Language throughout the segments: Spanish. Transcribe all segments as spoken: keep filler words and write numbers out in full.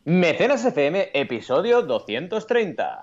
Mecenas F M, episodio doscientos treinta.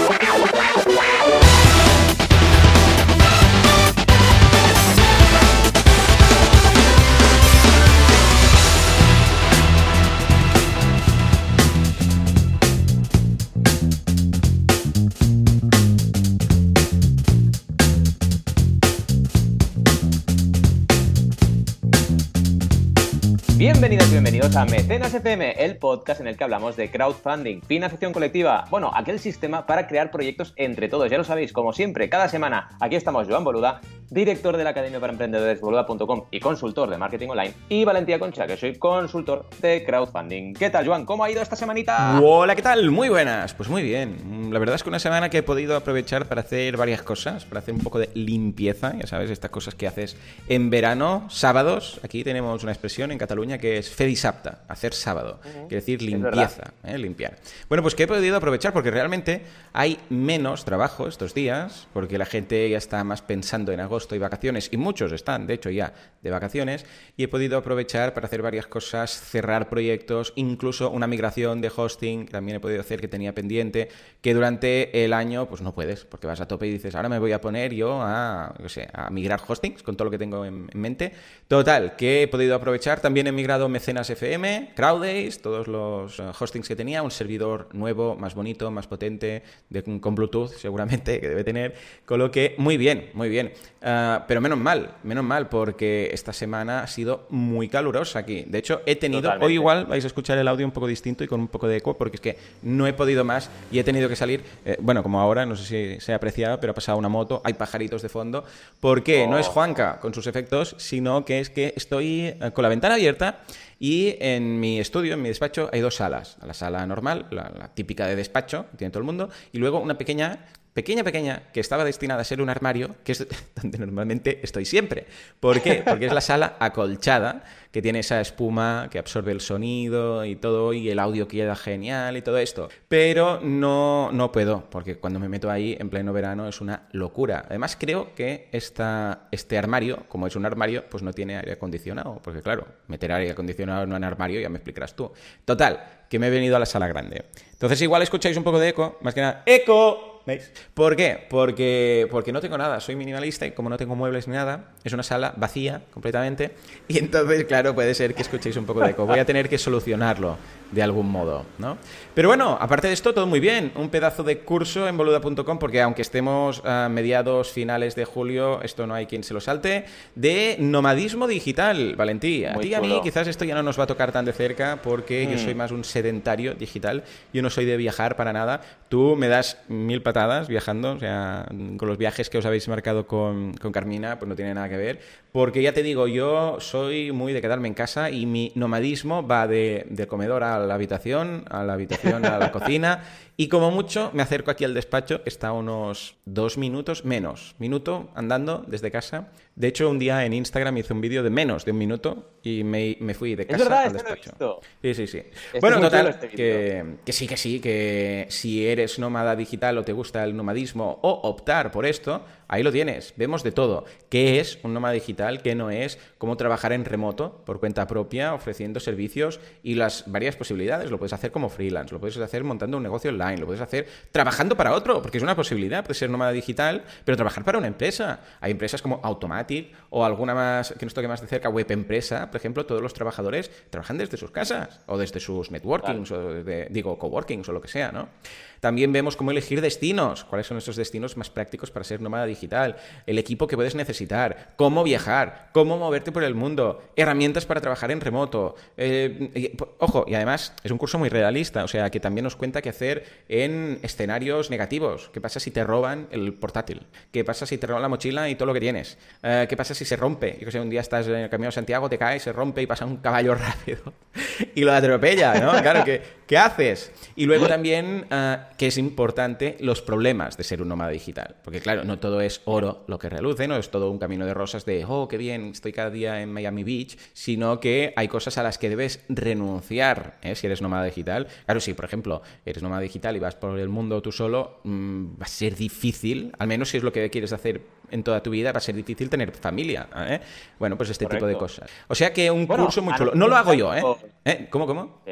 Bienvenidos y bienvenidos a Mecenas F M, el podcast en el que hablamos de crowdfunding, financiación colectiva, bueno, aquel sistema para crear proyectos entre todos. Ya lo sabéis, como siempre, cada semana aquí estamos Joan Boluda, director de la Academia para Emprendedores boluda punto com y consultor de marketing online, y Valentía Concha, que soy consultor de crowdfunding. ¿Qué tal, Joan? ¿Cómo ha ido esta semanita? Hola, ¿qué tal? Muy buenas. Pues muy bien. La verdad es que una semana que he podido aprovechar para hacer varias cosas, para hacer un poco de limpieza, ya sabes, estas cosas que haces en verano, sábados. Aquí tenemos una expresión en Cataluña que es fer dissabte, hacer sábado, uh-huh. Quiere decir limpieza, ¿eh? Limpiar. Bueno, pues que he podido aprovechar porque realmente hay menos trabajo estos días, porque la gente ya está más pensando en agosto y vacaciones, y muchos están, de hecho, ya de vacaciones, y he podido aprovechar para hacer varias cosas, cerrar proyectos, incluso una migración de hosting, que también he podido hacer, que tenía pendiente, que durante el año pues no puedes, porque vas a tope y dices, ahora me voy a poner yo a, yo sé, a migrar hostings con todo lo que tengo en, en mente. Total, que he podido aprovechar, también he migrado Mecenas F M, CrowdAce, todos los uh, hostings que tenía, un servidor nuevo, más bonito, más potente, de, con Bluetooth seguramente, que debe tener, con lo que muy bien, muy bien. Uh, pero menos mal, menos mal, porque esta semana ha sido muy calurosa aquí. De hecho, he tenido, Totalmente. Hoy igual vais a escuchar el audio un poco distinto y con un poco de eco, porque es que no he podido más y he tenido que salir, eh, bueno, como ahora, no sé si se ha apreciado, pero ha pasado una moto, hay pajaritos de fondo, porque oh. no es Juanca con sus efectos, sino que es que estoy eh, con la ventana abierta. Y en mi estudio, en mi despacho, hay dos salas. La sala normal, la, la típica de despacho, que tiene todo el mundo, y luego una pequeña, pequeña, pequeña, que estaba destinada a ser un armario, que es donde normalmente estoy siempre. ¿Por qué? Porque es la sala acolchada, que tiene esa espuma que absorbe el sonido y todo, y el audio queda genial y todo esto. Pero no, no puedo, porque cuando me meto ahí en pleno verano es una locura. Además, creo que esta, este armario, como es un armario, pues no tiene aire acondicionado, porque claro, meter aire acondicionado en un armario ya me explicarás tú. Total, que me he venido a la sala grande. Entonces igual escucháis un poco de eco, más que nada, ¡eco! ¿Veis? ¿Por qué? Porque, porque no tengo nada, soy minimalista y como no tengo muebles ni nada, es una sala vacía completamente y entonces, claro, puede ser que escuchéis un poco de eco. Voy a tener que solucionarlo de algún modo, ¿no? Pero bueno, aparte de esto, todo muy bien. Un pedazo de curso en boluda punto com, porque aunque estemos a mediados, finales de julio, esto no hay quien se lo salte, de nomadismo digital, Valentí. A ti y a mí quizás esto ya no nos va a tocar tan de cerca porque mm. yo soy más un sedentario digital, yo no soy de viajar para nada. Tú me das mil patadas viajando, o sea, con los viajes que os habéis marcado con, con Carmina, pues no tiene nada que ver, porque ya te digo, yo soy muy de quedarme en casa y mi nomadismo va de, de comedor a la habitación, a la habitación a la cocina, y como mucho me acerco aquí al despacho, que está a unos dos minutos, menos, minuto andando desde casa. De hecho, un día en Instagram hice un vídeo de menos de un minuto y me, me fui de casa es verdad, al este despacho. Lo he visto. Sí, sí, sí. Este bueno, total, este que, que sí, que sí, que si eres nómada digital o te gusta el nomadismo o optar por esto, ahí lo tienes. Vemos de todo. ¿Qué es un nómada digital? ¿Qué no es? ¿Cómo trabajar en remoto por cuenta propia, ofreciendo servicios y las varias posibilidades? Lo puedes hacer como freelance, lo puedes hacer montando un negocio online, lo puedes hacer trabajando para otro, porque es una posibilidad. Puedes ser nómada digital, pero trabajar para una empresa. Hay empresas como Automatic o alguna más que nos toque más de cerca, Web Empresa, por ejemplo, todos los trabajadores trabajan desde sus casas o desde sus networkings, claro. o desde, digo, coworkings o lo que sea, ¿no? También vemos cómo elegir destinos, cuáles son esos destinos más prácticos para ser nómada digital, el equipo que puedes necesitar, cómo viajar, cómo moverte por el mundo, herramientas para trabajar en remoto. Eh, y, ojo, y además es un curso muy realista, o sea, que también nos cuenta qué hacer en escenarios negativos. ¿Qué pasa si te roban el portátil? ¿Qué pasa si te roban la mochila y todo lo que tienes? Eh, ¿Qué pasa si se rompe? Yo que sé, un día estás en el Camino de Santiago, te caes, se rompe y pasa un caballo rápido y lo atropella, ¿no? Claro, ¿qué, qué haces? Y luego también... Uh, que es importante los problemas de ser un nómada digital. Porque claro, no todo es oro lo que reluce, no es todo un camino de rosas de, oh, qué bien, estoy cada día en Miami Beach, sino que hay cosas a las que debes renunciar, ¿eh? Si eres nómada digital. Claro, si, por ejemplo, eres nómada digital y vas por el mundo tú solo, mmm, va a ser difícil, al menos si es lo que quieres hacer en toda tu vida, va a ser difícil tener familia, ¿eh? Bueno, pues este Correcto. tipo de cosas. O sea que un bueno, curso muy chulo. No lo hago yo, ¿eh? ¿Eh? ¿Cómo, cómo? Eh.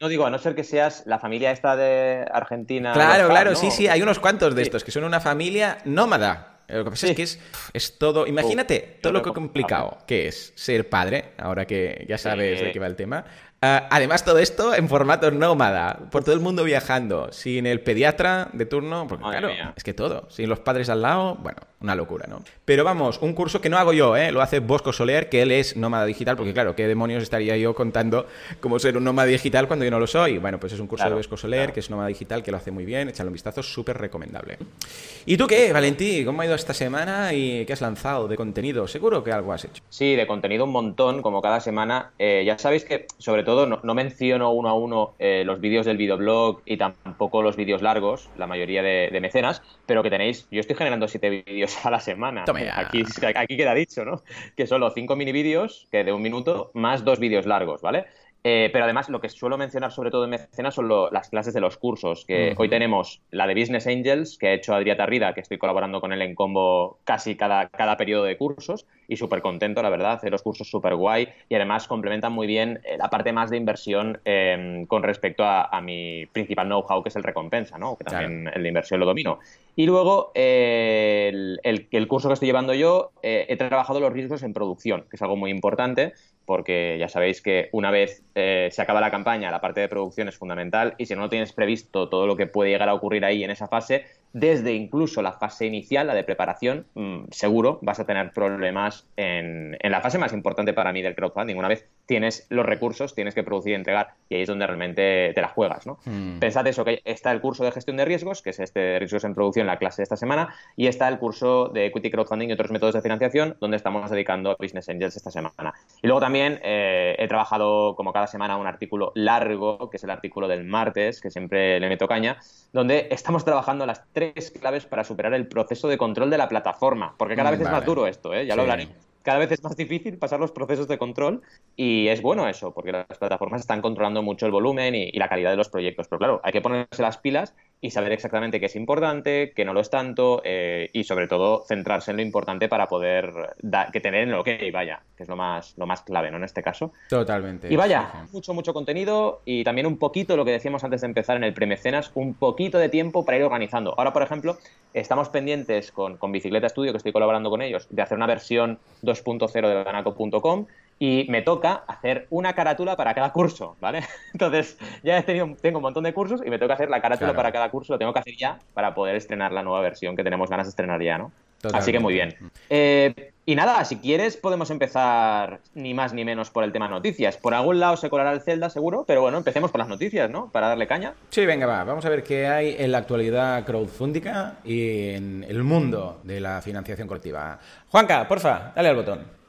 No digo, a no ser que seas la familia esta de Argentina. Claro, local, claro, ¿no? sí, sí, hay unos cuantos de Sí. estos que son una familia nómada. Lo que pasa Sí. es que es, es todo... Imagínate Uf, todo yo lo que creo que- complicado que es ser padre, ahora que ya sabes Sí. de qué va el tema. Ah, además, todo esto en formato nómada, por todo el mundo viajando, sin el pediatra de turno, porque Madre claro, mía. es que todo, sin los padres al lado, bueno, una locura, ¿no? Pero vamos, un curso que no hago yo, ¿eh? Lo hace Bosco Soler, que él es nómada digital, porque claro, ¿qué demonios estaría yo contando cómo ser un nómada digital cuando yo no lo soy? Bueno, pues es un curso Claro, de Bosco Soler, claro. que es nómada digital, que lo hace muy bien, échale un vistazo, súper recomendable. ¿Y tú qué, Valentí? ¿Cómo ha ido esta semana y qué has lanzado de contenido? Seguro que algo has hecho. Sí, de contenido un montón, como cada semana. Eh, ya sabéis que, sobre todo, no, no menciono uno a uno eh, los vídeos del videoblog y tampoco los vídeos largos, la mayoría de, de mecenas, pero que tenéis, yo estoy generando siete vídeos a la semana. Toma ya. Aquí, aquí queda dicho, ¿no? Que solo cinco mini vídeos, que de un minuto, más dos vídeos largos, ¿vale? Eh, pero además lo que suelo mencionar sobre todo en mecenas son lo, las clases de los cursos, que Ujú. hoy tenemos la de Business Angels, que ha hecho Adrià Tarrida, que estoy colaborando con él en combo casi cada, cada periodo de cursos, y súper contento, la verdad, hace los cursos súper guay, y además complementan muy bien eh, la parte más de inversión eh, con respecto a, a mi principal know-how, que es el recompensa, ¿no? Que también el de inversión lo domino. Y luego, eh, el, el, el curso que estoy llevando yo, eh, he trabajado los riesgos en producción, que es algo muy importante, porque ya sabéis que una vez eh, se acaba la campaña, la parte de producción es fundamental, y si no tienes previsto todo lo que puede llegar a ocurrir ahí en esa fase, desde incluso la fase inicial, la de preparación, mmm, seguro vas a tener problemas en, en la fase más importante para mí del crowdfunding. Una vez tienes los recursos, tienes que producir y entregar, y ahí es donde realmente te la juegas, ¿no? Hmm. Pensad eso, que está el curso de gestión de riesgos, que es este de riesgos en producción, la clase de esta semana, y está el curso de equity crowdfunding y otros métodos de financiación, donde estamos dedicando a Business Angels esta semana. Y luego también eh, he trabajado, como cada semana, un artículo largo, que es el artículo del martes, que siempre le meto caña, donde estamos trabajando las tres claves para superar el proceso de control de la plataforma, porque cada vez Vale. es más duro esto, ¿eh? Ya Sí. lo hablaremos. Cada vez es más difícil pasar los procesos de control, y es bueno eso, porque las plataformas están controlando mucho el volumen y, y la calidad de los proyectos. Pero claro, hay que ponerse las pilas y saber exactamente qué es importante, qué no lo es tanto, eh, y sobre todo centrarse en lo importante para poder da- que tener en lo que vaya, que es lo más, lo más clave, ¿no? En este caso. Totalmente. Y vaya, Sí, sí. mucho, mucho contenido, y también un poquito, lo que decíamos antes de empezar en el premecenas, un poquito de tiempo para ir organizando. Ahora, por ejemplo, estamos pendientes con, con Bicicleta Studio, que estoy colaborando con ellos, de hacer una versión dos punto cero de Banaco punto com, y me toca hacer una carátula para cada curso, ¿vale? Entonces, ya he tenido, tengo un montón de cursos y me toca hacer la carátula Claro. para cada curso, lo tengo que hacer ya para poder estrenar la nueva versión que tenemos ganas de estrenar ya, ¿no? Totalmente. Así que muy bien. Eh, y nada, si quieres podemos empezar ni más ni menos por el tema noticias. Por algún lado se colará el Zelda seguro, pero bueno, empecemos por las noticias, ¿no? Para darle caña. Sí, venga, va. Vamos a ver qué hay en la actualidad crowdfundica y en el mundo de la financiación colectiva. Juanca, porfa, dale al botón.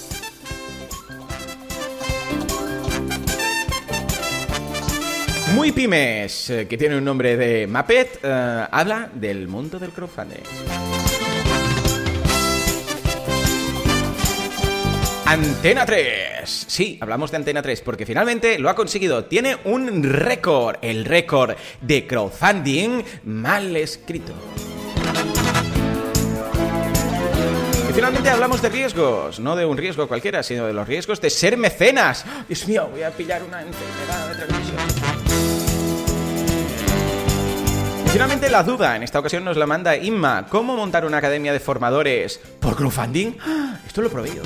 Muy Pymes, eh, que tiene un nombre de Muppet, eh, habla del mundo del crowdfunding. Antena tres. Sí, hablamos de Antena tres porque finalmente lo ha conseguido. Tiene un récord, el récord de crowdfunding mal escrito. Y finalmente hablamos de riesgos, no de un riesgo cualquiera, sino de los riesgos de ser mecenas. Dios mío, voy a pillar una enfermedad de transmisión. Y finalmente la duda, en esta ocasión nos la manda Inma. ¿Cómo montar una academia de formadores por crowdfunding? ¡Ah! Esto lo probé yo.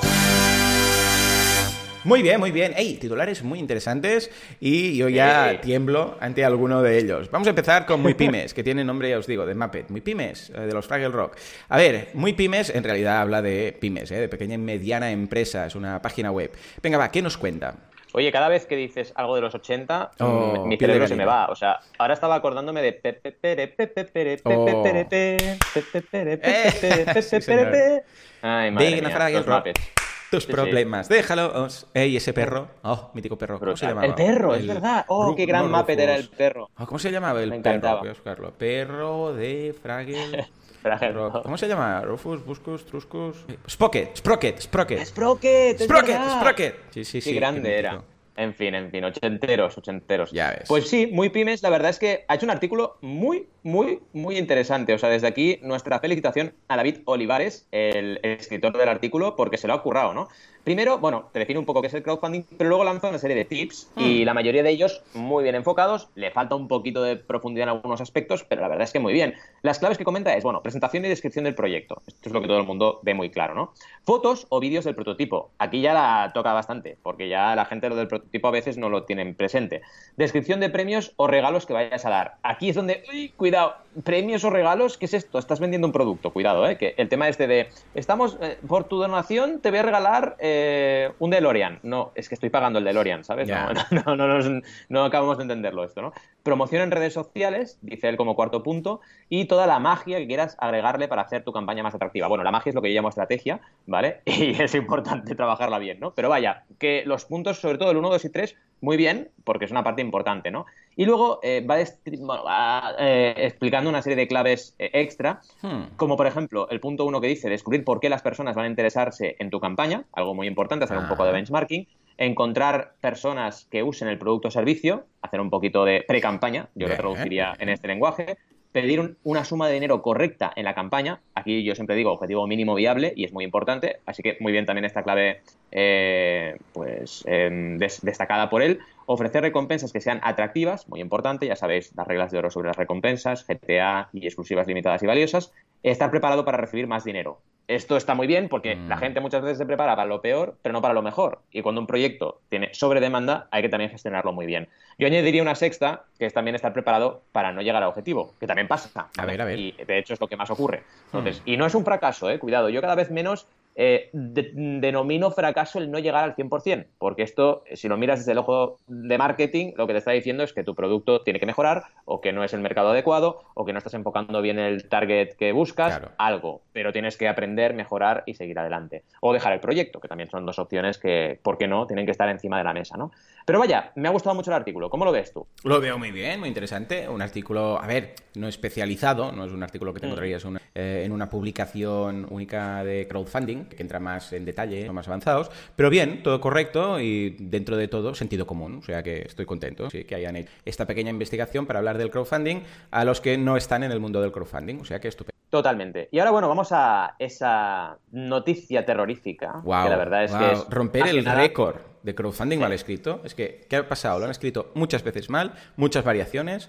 Muy bien, muy bien. ¡Ey! Titulares muy interesantes y yo ya Eh. tiemblo ante alguno de ellos. Vamos a empezar con Muy Pymes, que tiene nombre, ya os digo, de Muppet. Muy Pymes, eh, de los Fraggle Rock. A ver, Muy Pymes en realidad habla de pymes, ¿eh? De pequeña y mediana empresa. Es una página web. Venga, va, ¿qué nos cuenta? Oye, cada vez que dices algo de los ochenta, Oh, mm, mi piel de cerebro se me gallina. va. O sea, ahora estaba acordándome de Pepe Pere, Pepe Pere, Pepe Oh. Pere, Pe, Pepe Pere, Eh, Pepe Pere, Pepe sí, Pere, señor. Pe. Ay, madre Digna mía, Fraggle los Rock. Muppets. Tus Sí, sí. problemas, déjalos. Ey, ese perro. Oh, mítico perro. ¿Cómo se Brutal. llamaba? El perro, es verdad. Oh, Ru- qué gran no, Muppet era el Rufus. perro. Oh, ¿cómo se llamaba el Me perro? encantaba. Voy a buscarlo. Perro de Fraggle. Fraggle Rock. Rock. ¿Cómo se llama? Rufus, Buscus, Truscus. Sprocket, Sprocket, Sprocket. Sprocket, es Sprocket, verdad. Sprocket. Sí, sí, sí. Qué grande qué era. mítico. En fin, en fin, ochenteros, ochenteros. Ya ves. Pues sí, Muy Pymes, la verdad es que ha hecho un artículo muy, muy, muy interesante. O sea, desde aquí nuestra felicitación a David Olivares, el escritor del artículo, porque se lo ha currado, ¿no? Primero, bueno, te define un poco qué es el crowdfunding, pero luego lanza una serie de tips Hmm. y la mayoría de ellos muy bien enfocados. Le falta un poquito de profundidad en algunos aspectos, pero la verdad es que muy bien. Las claves que comenta es, bueno, presentación y descripción del proyecto. Esto es lo que todo el mundo ve muy claro, ¿no? Fotos o vídeos del prototipo. Aquí ya la toca bastante, porque ya la gente lo del prototipo a veces no lo tienen presente. Descripción de premios o regalos que vayas a dar. Aquí es donde, uy, cuidado, premios o regalos, ¿qué es esto? Estás vendiendo un producto, cuidado, ¿eh? Que el tema este de, estamos, eh, por tu donación te voy a regalar eh, un DeLorean. No, es que estoy pagando el DeLorean, ¿sabes? Ya. No, no, no, no, no acabamos de entenderlo esto, ¿no? Promoción en redes sociales, dice él como cuarto punto, y toda la magia que quieras agregarle para hacer tu campaña más atractiva. Bueno, la magia es lo que yo llamo estrategia, ¿vale? Y es importante trabajarla bien, ¿no? Pero vaya, que los puntos, sobre todo el uno, dos y tres, muy bien, porque es una parte importante, ¿no? Y luego eh, va, bueno, va eh, explicando una serie de claves eh, extra, Hmm. como por ejemplo el punto uno que dice descubrir por qué las personas van a interesarse en tu campaña, algo muy importante, hacer un poco de Ah. benchmarking, encontrar personas que usen el producto o servicio, hacer un poquito de pre-campaña, yo lo Bien, traduciría en bien. este lenguaje, pedir un, una suma de dinero correcta en la campaña, aquí yo siempre digo objetivo mínimo viable y es muy importante, así que muy bien también esta clave eh, pues eh, des, destacada por él. Ofrecer recompensas que sean atractivas, muy importante, ya sabéis las reglas de oro sobre las recompensas, G T A y exclusivas limitadas y valiosas. Estar preparado para recibir más dinero. Esto está muy bien porque Mm. la gente muchas veces se prepara para lo peor, pero no para lo mejor. Y cuando un proyecto tiene sobredemanda, hay que también gestionarlo muy bien. Yo añadiría una sexta, que es también estar preparado para no llegar al objetivo, que también pasa. A ver, a ver. Y de hecho es lo que más ocurre. Entonces, Hmm. y no es un fracaso, eh, cuidado. Yo cada vez menos eh, de, denomino fracaso el no llegar al cien por ciento, porque esto, si lo miras desde el ojo de marketing, lo que te está diciendo es que tu producto tiene que mejorar, o que no es el mercado adecuado, o que no estás enfocando bien el target que buscas, Claro. algo, pero tienes que aprender, mejorar y seguir adelante. O dejar el proyecto, que también son dos opciones que, ¿por qué no?, tienen que estar encima de la mesa, ¿no? Pero vaya, me ha gustado mucho el artículo. ¿Cómo lo ves tú? Lo veo muy bien, muy interesante. Un artículo, a ver, no especializado, no es un artículo que te encontrarías una- eh, en una publicación única de crowdfunding, que entra más en detalle, más avanzados, pero bien, todo correcto y dentro de todo sentido común, o sea que estoy contento sí, que hayan hecho esta pequeña investigación para hablar del crowdfunding a los que no están en el mundo del crowdfunding, o sea que estupendo. Totalmente. Y ahora, bueno, vamos a esa noticia terrorífica, Wow, que la verdad es wow. que es... Romper más que el nada- récord de crowdfunding Sí. mal escrito. Es que, ¿qué ha pasado? Lo han escrito muchas veces mal, muchas variaciones.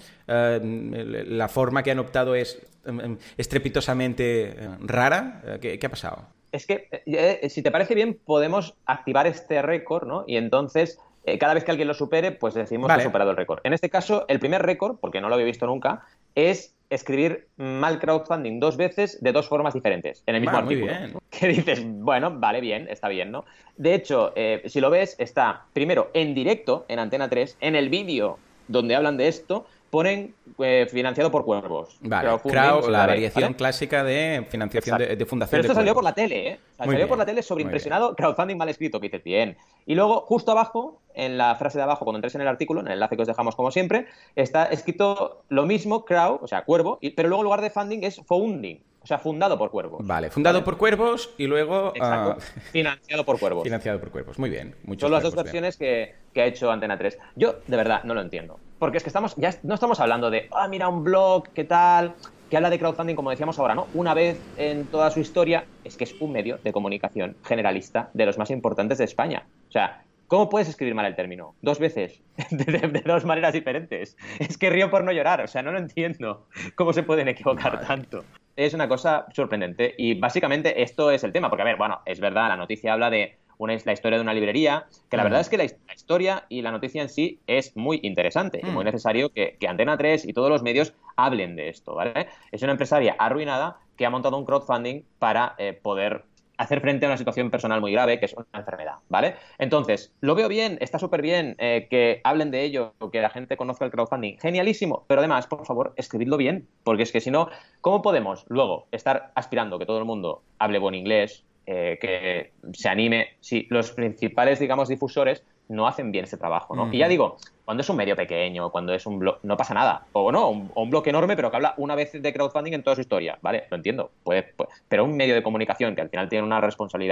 Eh, la forma que han optado es eh, estrepitosamente eh, rara. Eh, ¿Qué, qué ha pasado? Es que, eh, si te parece bien, podemos activar este récord, ¿no? Y entonces, eh, cada vez que alguien lo supere, pues decimos Vale. que ha superado el récord. En este caso, el primer récord, porque no lo había visto nunca, es escribir mal crowdfunding dos veces de dos formas diferentes en el mismo Ah, muy artículo. bien. Que dices, bueno, vale, bien, está bien, ¿no? De hecho, eh, si lo ves, está primero en directo en Antena tres, en el vídeo donde hablan de esto, ponen eh, financiado por cuervos. Vale, Crowdfunding, crowd, se la sabe, variación ¿vale? clásica de financiación de, de fundación Pero esto de salió cuervos. por la tele, ¿eh? O sea, Muy salió bien, por la tele muy sobreimpresionado, crowdfunding mal escrito, que dices, bien. Y luego, justo abajo, en la frase de abajo, cuando entres en el artículo, en el enlace que os dejamos como siempre, está escrito lo mismo, crowd, o sea, cuervo, y- pero luego en lugar de funding es founding, o sea, fundado por cuervos. Vale, fundado por cuervos y luego Exacto. ah, Financiado por cuervos. financiado por cuervos. Muy bien. Muchos Son las dos cuervos, bien. versiones que, que ha hecho Antena tres. Yo, de verdad, no lo entiendo. Porque es que estamos, ya no estamos hablando de, ah, mira, un blog, ¿qué tal? Que habla de crowdfunding, como decíamos ahora, ¿no? Una vez en toda su historia, es que es un medio de comunicación generalista de los más importantes de España. O sea, ¿cómo puedes escribir mal el término? Dos veces, de, de- de dos maneras diferentes. Es que río por no llorar, o sea, no lo entiendo. ¿Cómo se pueden equivocar Madre. tanto? Es una cosa sorprendente y básicamente esto es el tema, porque a ver, bueno, es verdad, la noticia habla de una, la historia de una librería, que la Mm. verdad es que la, la historia y la noticia en sí es muy interesante y Mm. muy necesario que, que Antena tres y todos los medios hablen de esto, ¿vale? Es una empresaria arruinada que ha montado un crowdfunding para eh, poder hacer frente a una situación personal muy grave, que es una enfermedad, ¿vale? Entonces, lo veo bien, está súper bien eh, que hablen de ello, que la gente conozca el crowdfunding, genialísimo, pero además, por favor, escribidlo bien, porque es que si no, ¿cómo podemos luego estar aspirando que todo el mundo hable buen inglés, eh, que se anime, si los principales, digamos, difusores no hacen bien ese trabajo, ¿no? Mm. Y ya digo, cuando es un medio pequeño, cuando es un blog, no pasa nada. O no, un, o un blog enorme, pero que habla una vez de crowdfunding en toda su historia, ¿vale? Lo entiendo. Puede, puede- pero un medio de comunicación que al final tiene una responsabilidad,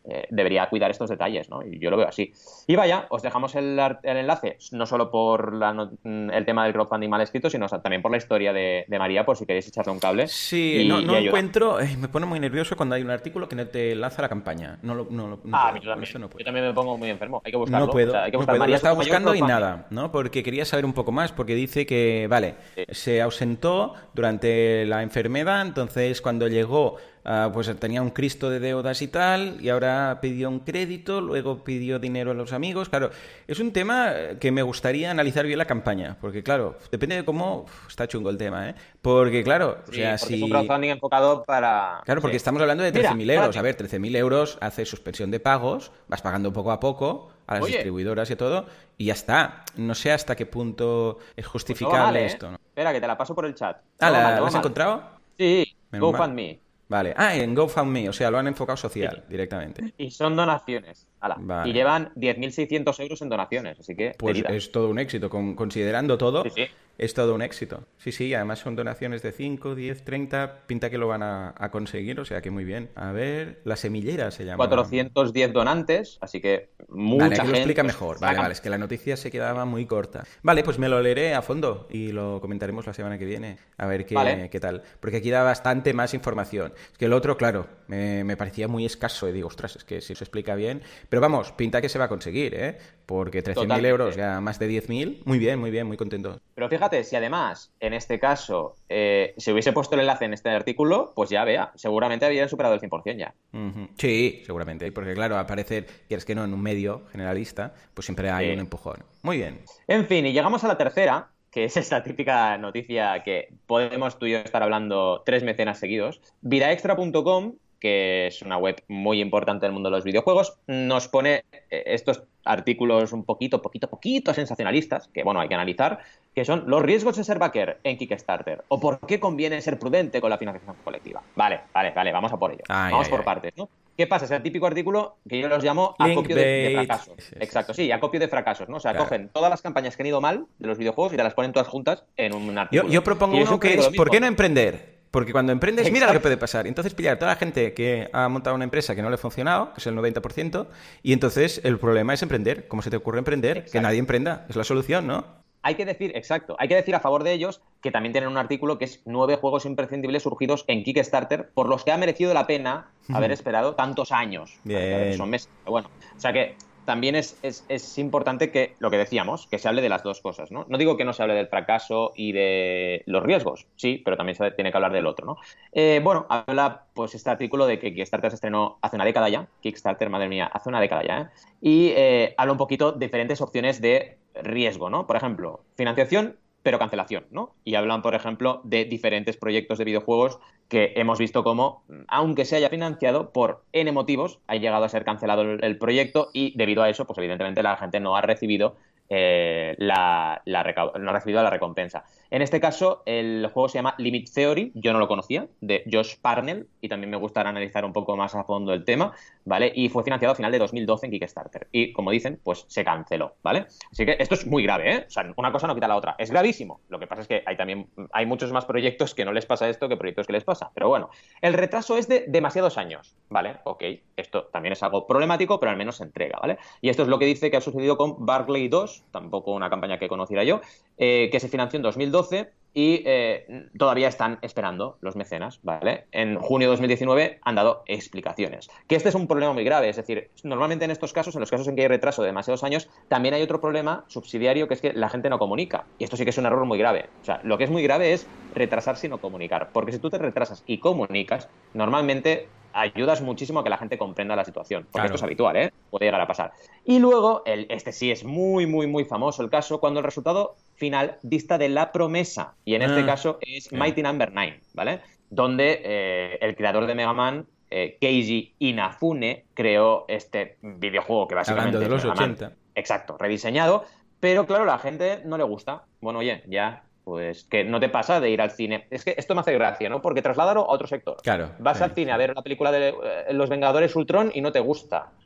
eh, debería cuidar estos detalles, ¿no? Y yo lo veo así. Y vaya, os dejamos el, el enlace, no solo por la no, el tema del crowdfunding mal escrito, sino también por la historia de, de María, por si queréis echarle un cable. Sí, y, no, no y encuentro, eh, me pone muy nervioso cuando hay un artículo que no te lanza la campaña. No lo, no, no ah, puedo, yo también. eso no puedo. Yo también me pongo muy enfermo, hay que buscarlo. No puedo, o sea, hay que no buscar puedo. María Lo estaba Sotomayor buscando y crowdfunding. nada, ¿no? Porque quería saber un poco más, porque dice que, vale, Sí. se ausentó durante la enfermedad, entonces cuando llegó, uh, pues tenía un Cristo de deudas y tal, y ahora pidió un crédito, luego pidió dinero a los amigos. Claro, es un tema que me gustaría analizar bien la campaña, porque claro, depende de cómo... Uf, está chungo el tema, ¿eh? Porque claro, Sí, o sea, porque si... es un crowdfunding enfocado para... Claro, porque sí. estamos hablando de Mira, trece mil euros. espérate. A ver, trece mil euros hace suspensión de pagos, vas pagando poco a poco a las Oye. distribuidoras y todo, y ya está. No sé hasta qué punto es Pues no va justificable mal, ¿eh? esto, ¿no? Espera, que te la paso por el chat. Ah, No va ¿la, mal, no ¿la va has mal. encontrado? Sí, Menos mal. GoFundMe. Vale. Ah, en GoFundMe, o sea, lo han enfocado social directamente. Y son donaciones. Ala. Vale. Y llevan diez mil seiscientos euros en donaciones, así que... Pues medida. es todo un éxito. Con- considerando todo, Sí, sí. es todo un éxito. Sí, sí, además son donaciones de cinco, diez, treinta. Pinta que lo van a, a conseguir, o sea que muy bien. A ver, la semillera se llama. cuatrocientos diez donantes, así que mucha Vale, aquí lo gente... explica mejor. Vale, saca- vale, es que la noticia se quedaba muy corta. Vale, pues me lo leeré a fondo y lo comentaremos la semana que viene. A ver qué, Vale. qué tal. Porque aquí da bastante más información. Es que el otro, claro, me, me parecía muy escaso y digo, ostras, es que si se explica bien. Pero vamos, pinta que se va a conseguir, ¿eh? Porque trece mil Totalmente. euros, ya más de diez mil. Muy bien, muy bien, muy contento. Pero fíjate, si además, en este caso, eh, se hubiese puesto el enlace en este artículo, pues ya vea, seguramente habrían superado el cien por ciento ya. Ujú. Sí, seguramente. Porque claro, aparecer, quieres que no, en un medio generalista, pues siempre hay Sí. un empujón. Muy bien. En fin, y llegamos a la tercera, que es esta típica noticia que podemos tú y yo estar hablando tres mecenas seguidos. Vidaextra punto com, que es una web muy importante del mundo de los videojuegos, nos pone eh, estos artículos un poquito, poquito, poquito sensacionalistas, que bueno, hay que analizar, que son los riesgos de ser backer en Kickstarter, o por qué conviene ser prudente con la financiación colectiva. Vale, vale, vale, vamos a por ello. Ay, vamos ay, por ay. partes, ¿no? ¿Qué pasa? Es el típico artículo que yo los llamo acopio de, de Clickbait. fracasos. Sí, sí, Exacto, sí. sí, acopio de fracasos, ¿no? O sea, Claro. cogen todas las campañas que han ido mal de los videojuegos y te las ponen todas juntas en un Yo, artículo. yo propongo Y yo uno siempre que digo es, lo mismo. ¿por qué no emprender? Porque cuando emprendes, mira lo que Exacto. puede pasar. Entonces pillar a toda la gente que ha montado una empresa que no le ha funcionado, que es el noventa por ciento, y entonces el problema es emprender. ¿Cómo se te ocurre emprender? Exacto. Que nadie emprenda. Es la solución, ¿no? Hay que decir, exacto, hay que decir a favor de ellos que también tienen un artículo que es nueve juegos imprescindibles surgidos en Kickstarter por los que ha merecido la pena haber esperado tantos años. Bien. Vale, que son meses, pero bueno, o sea que también es, es, es importante que, lo que decíamos, que se hable de las dos cosas, ¿no? No digo que no se hable del fracaso y de los riesgos, sí, pero también se tiene que hablar del otro, ¿no? Eh, bueno, habla pues este artículo de que Kickstarter se estrenó hace una década ya, Kickstarter, madre mía, hace una década ya, ¿eh? Y eh, habla un poquito de diferentes opciones de riesgo, ¿no? Por ejemplo, financiación, pero cancelación, ¿no? Y hablan, por ejemplo, de diferentes proyectos de videojuegos que hemos visto cómo, aunque se haya financiado, por N motivos, ha llegado a ser cancelado el, el proyecto y debido a eso, pues evidentemente la gente no ha recibido eh, la, la recau- no ha recibido la recompensa. En este caso, el juego se llama Limit Theory, yo no lo conocía, de Josh Parnell, y también me gustaría analizar un poco más a fondo el tema, ¿vale? Y fue financiado a final de dos mil doce en Kickstarter. Y, como dicen, pues se canceló, ¿vale? Así que esto es muy grave, ¿eh? O sea, una cosa no quita la otra. Es gravísimo. Lo que pasa es que hay también hay muchos más proyectos que no les pasa esto que proyectos que les pasa. Pero bueno, el retraso es de demasiados años, ¿vale? Ok, esto también es algo problemático, pero al menos se entrega, ¿vale? Y esto es lo que dice que ha sucedido con Barclay dos, tampoco una campaña que conociera yo, eh, que se financió en dos mil doce y eh, todavía están esperando los mecenas, ¿vale? En junio de dos mil diecinueve han dado explicaciones. Que este es un problema muy grave, es decir, normalmente en estos casos, en los casos en que hay retraso de demasiados años, también hay otro problema subsidiario que es que la gente no comunica. Y esto sí que es un error muy grave. O sea, lo que es muy grave es retrasarse y no comunicar. Porque si tú te retrasas y comunicas, normalmente ayudas muchísimo a que la gente comprenda la situación. Porque Claro. esto es habitual, ¿eh? Puede llegar a pasar. Y luego, el, este sí es muy, muy, muy famoso el caso, cuando el resultado final dista de la promesa. Y en este Ah, caso es sí. Mighty Number nueve, ¿vale? Donde eh, el creador de Mega Man, eh, Keiji Inafune, creó este videojuego que básicamente Hablando de es los Mega Man. ochenta. Exacto, rediseñado. Pero claro, a la gente no le gusta. Bueno, oye, ya, pues que no te pasa de ir al cine. Es que esto me hace gracia, ¿no? Porque trasládalo a otro sector. Claro, Vas sí, al cine sí. a ver la película de eh, Los Vengadores Ultron y no te gusta.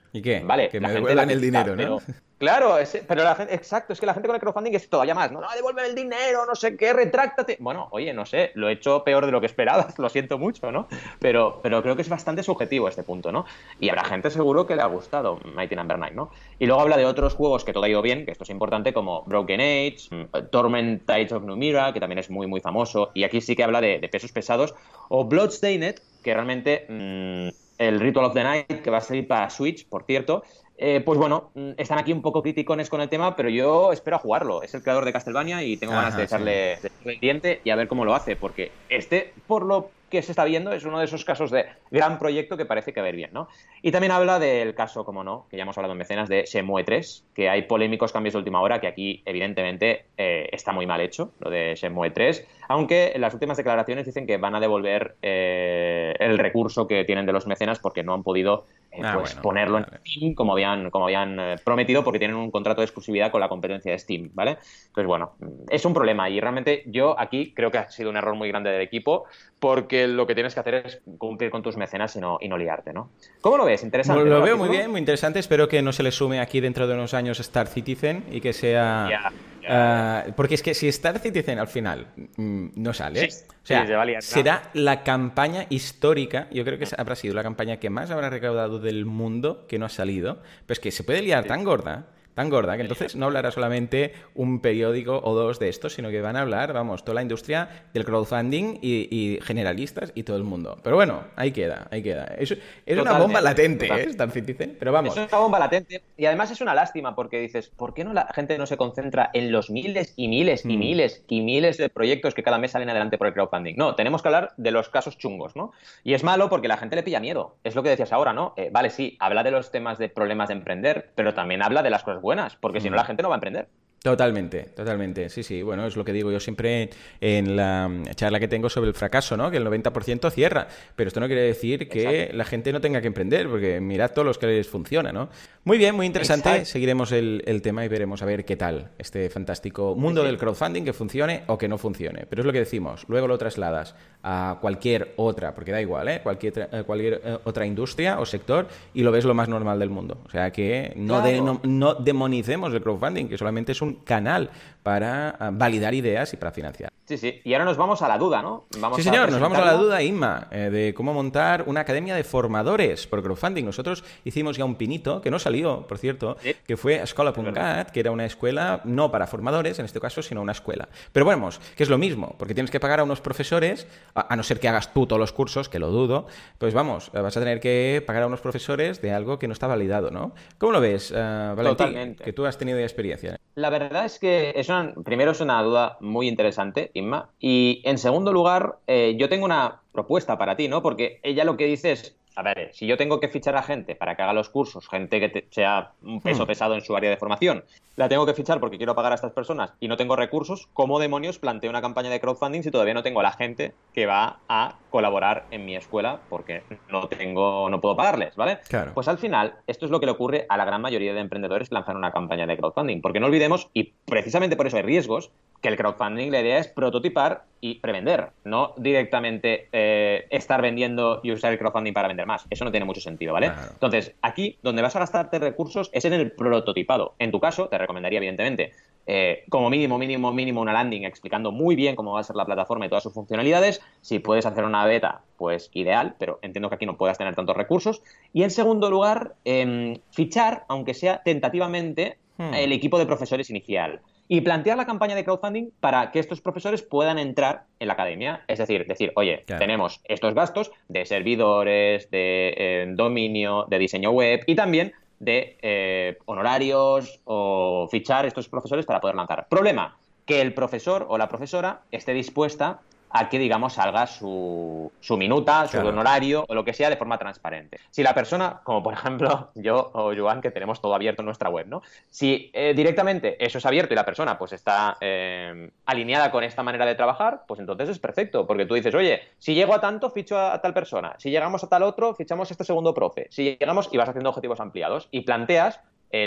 ¿Y qué? Vale, Que la me gente devuelvan la el critica, dinero, ¿no? pero claro, es- pero la gente, exacto, es que la gente con el crowdfunding es todavía más, no, no, devuelve el dinero, no sé qué, retráctate. Bueno, oye, no sé, lo he hecho peor de lo que esperabas, lo siento mucho, ¿no? Pero, pero creo que es bastante subjetivo este punto, ¿no? Y habrá gente seguro que le ha gustado Mighty Number Nine, ¿no? Y luego habla de otros juegos que todo ha ido bien, que esto es importante, como Broken Age, mm, Torment Tides of Numira, que también es muy, muy famoso, y aquí sí que habla de, de pesos pesados, o Bloodstained, que realmente mmm, el Ritual of the Night, que va a salir para Switch, por cierto, eh, pues bueno, mm, están aquí un poco criticones con el tema, pero yo espero a jugarlo. Es el creador de Castlevania y tengo ganas de Ajá, sí. echarle, de echarle el diente y a ver cómo lo hace, porque este, por lo que se está viendo, es uno de esos casos de gran proyecto que parece que va a ir bien, ¿no? Y también habla del caso, como no, que ya hemos hablado en Mecenas, de Shenmue tres, que hay polémicos cambios de última hora, que aquí, evidentemente, eh, está muy mal hecho, lo de Shenmue tres, aunque en las últimas declaraciones dicen que van a devolver eh, el recurso que tienen de los mecenas porque no han podido eh, Ah, pues bueno, ponerlo vale. en Steam como habían, como habían eh, prometido, porque tienen un contrato de exclusividad con la competencia de Steam, ¿vale? Entonces, bueno, es un problema y realmente yo aquí creo que ha sido un error muy grande del equipo, porque lo que tienes que hacer es cumplir con tus mecenas y no, y no liarte, ¿no? ¿Cómo lo ves? Bueno, Interesante, ¿no? lo El veo muy artículo. bien, muy interesante. Espero que no se le sume aquí dentro de unos años Star Citizen y que sea... Ya, ya, ya. ah, porque es que si Star Citizen al final mm, no sale, Sí, o sí, sea, se va a liar, ¿no? será la campaña histórica, yo creo que habrá sido la campaña que más habrá recaudado del mundo que no ha salido, pero es que se puede liar tan gorda, tan gorda, que entonces no hablará solamente un periódico o dos de estos, sino que van a hablar, vamos, toda la industria del crowdfunding y, y generalistas y todo el mundo. Pero bueno, ahí queda, ahí queda. Es, es una bomba Totalmente, latente, ¿eh? totalmente. Star Citizen, pero Es vamos. una bomba latente y además es una lástima porque dices, ¿por qué no la gente no se concentra en los miles y miles y Mm. miles y miles de proyectos que cada mes salen adelante por el crowdfunding? No, tenemos que hablar de los casos chungos, ¿no? Y es malo porque la gente le pilla miedo. Es lo que decías ahora, ¿no? Eh, vale, sí, habla de los temas de problemas de emprender, pero también habla de las cosas buenas, porque si no la Mm. gente no va a emprender. Totalmente, totalmente. Sí, sí. Bueno, es lo que digo yo siempre en la charla que tengo sobre el fracaso, ¿no? Que el noventa por ciento cierra. Pero esto no quiere decir que Exacto. la gente no tenga que emprender, porque mirad todos los que les funciona, ¿no? Muy bien, muy interesante. Exacto. Seguiremos el, el tema y veremos a ver qué tal este fantástico Sí, mundo del sí. crowdfunding, que funcione o que no funcione. Pero es lo que decimos. Luego lo trasladas a cualquier otra, porque da igual, ¿eh? Cualquier, tra- eh, cualquier eh, otra industria o sector y lo ves lo más normal del mundo. O sea que no, de- no, Claro. no demonicemos el crowdfunding, que solamente es un canal para ah, validar ideas y para financiar. Sí, sí. Y ahora nos vamos a la duda, ¿no? Vamos Sí, a señor, nos vamos a la presentarla. duda, Inma, eh, de cómo montar una academia de formadores por crowdfunding. Nosotros hicimos ya un pinito, que no salió, por cierto, Sí, que fue es Escola verdad. Escola.cat, que era una escuela no para formadores, en este caso, sino una escuela. Pero bueno, que es lo mismo, porque tienes que pagar a unos profesores, a, a no ser que hagas tú todos los cursos, que lo dudo, pues vamos, eh, vas a tener que pagar a unos profesores de algo que no está validado, ¿no? ¿Cómo lo ves, eh, Valentín? Que Totalmente. tú has tenido ya experiencia. La verdad es que es una, primero es una duda muy interesante, Inma, y en segundo lugar, eh, yo tengo una propuesta para ti, ¿no? Porque ella lo que dice es, a ver, si yo tengo que fichar a gente para que haga los cursos, gente que te- sea un peso Hmm. pesado en su área de formación, la tengo que fichar porque quiero pagar a estas personas y no tengo recursos, ¿cómo demonios planteo una campaña de crowdfunding si todavía no tengo a la gente que va a colaborar en mi escuela porque no tengo, no puedo pagarles, ¿vale? Claro. Pues al final, esto es lo que le ocurre a la gran mayoría de emprendedores que lanzan una campaña de crowdfunding. Porque no olvidemos, y precisamente por eso hay riesgos, que el crowdfunding la idea es prototipar y prevender, no directamente eh, estar vendiendo y usar el crowdfunding para vender más. Eso no tiene mucho sentido, ¿vale? Claro. Entonces, aquí donde vas a gastarte recursos es en el prototipado. En tu caso, te recomendaría, evidentemente, eh, como mínimo, mínimo, mínimo una landing explicando muy bien cómo va a ser la plataforma y todas sus funcionalidades. Si puedes hacer una beta, pues ideal, pero entiendo que aquí no puedas tener tantos recursos. Y en segundo lugar, eh, fichar, aunque sea tentativamente, Hmm. el equipo de profesores inicial y plantear la campaña de crowdfunding para que estos profesores puedan entrar en la academia. Es decir, decir, oye, Claro. tenemos estos gastos de servidores, de eh, dominio, de diseño web y también de eh, honorarios o fichar estos profesores para poder lanzar. Problema, que el profesor o la profesora esté dispuesta a que, digamos, salga su, su minuta, su Claro. honorario o lo que sea de forma transparente. Si la persona, como por ejemplo yo o Joan, que tenemos todo abierto en nuestra web, ¿no? Si eh, directamente eso es abierto y la persona pues está eh, alineada con esta manera de trabajar, pues entonces es perfecto, porque tú dices, oye, si llego a tanto, ficho a, a tal persona, si llegamos a tal otro, fichamos a este segundo profe, si llegamos y vas haciendo objetivos ampliados y planteas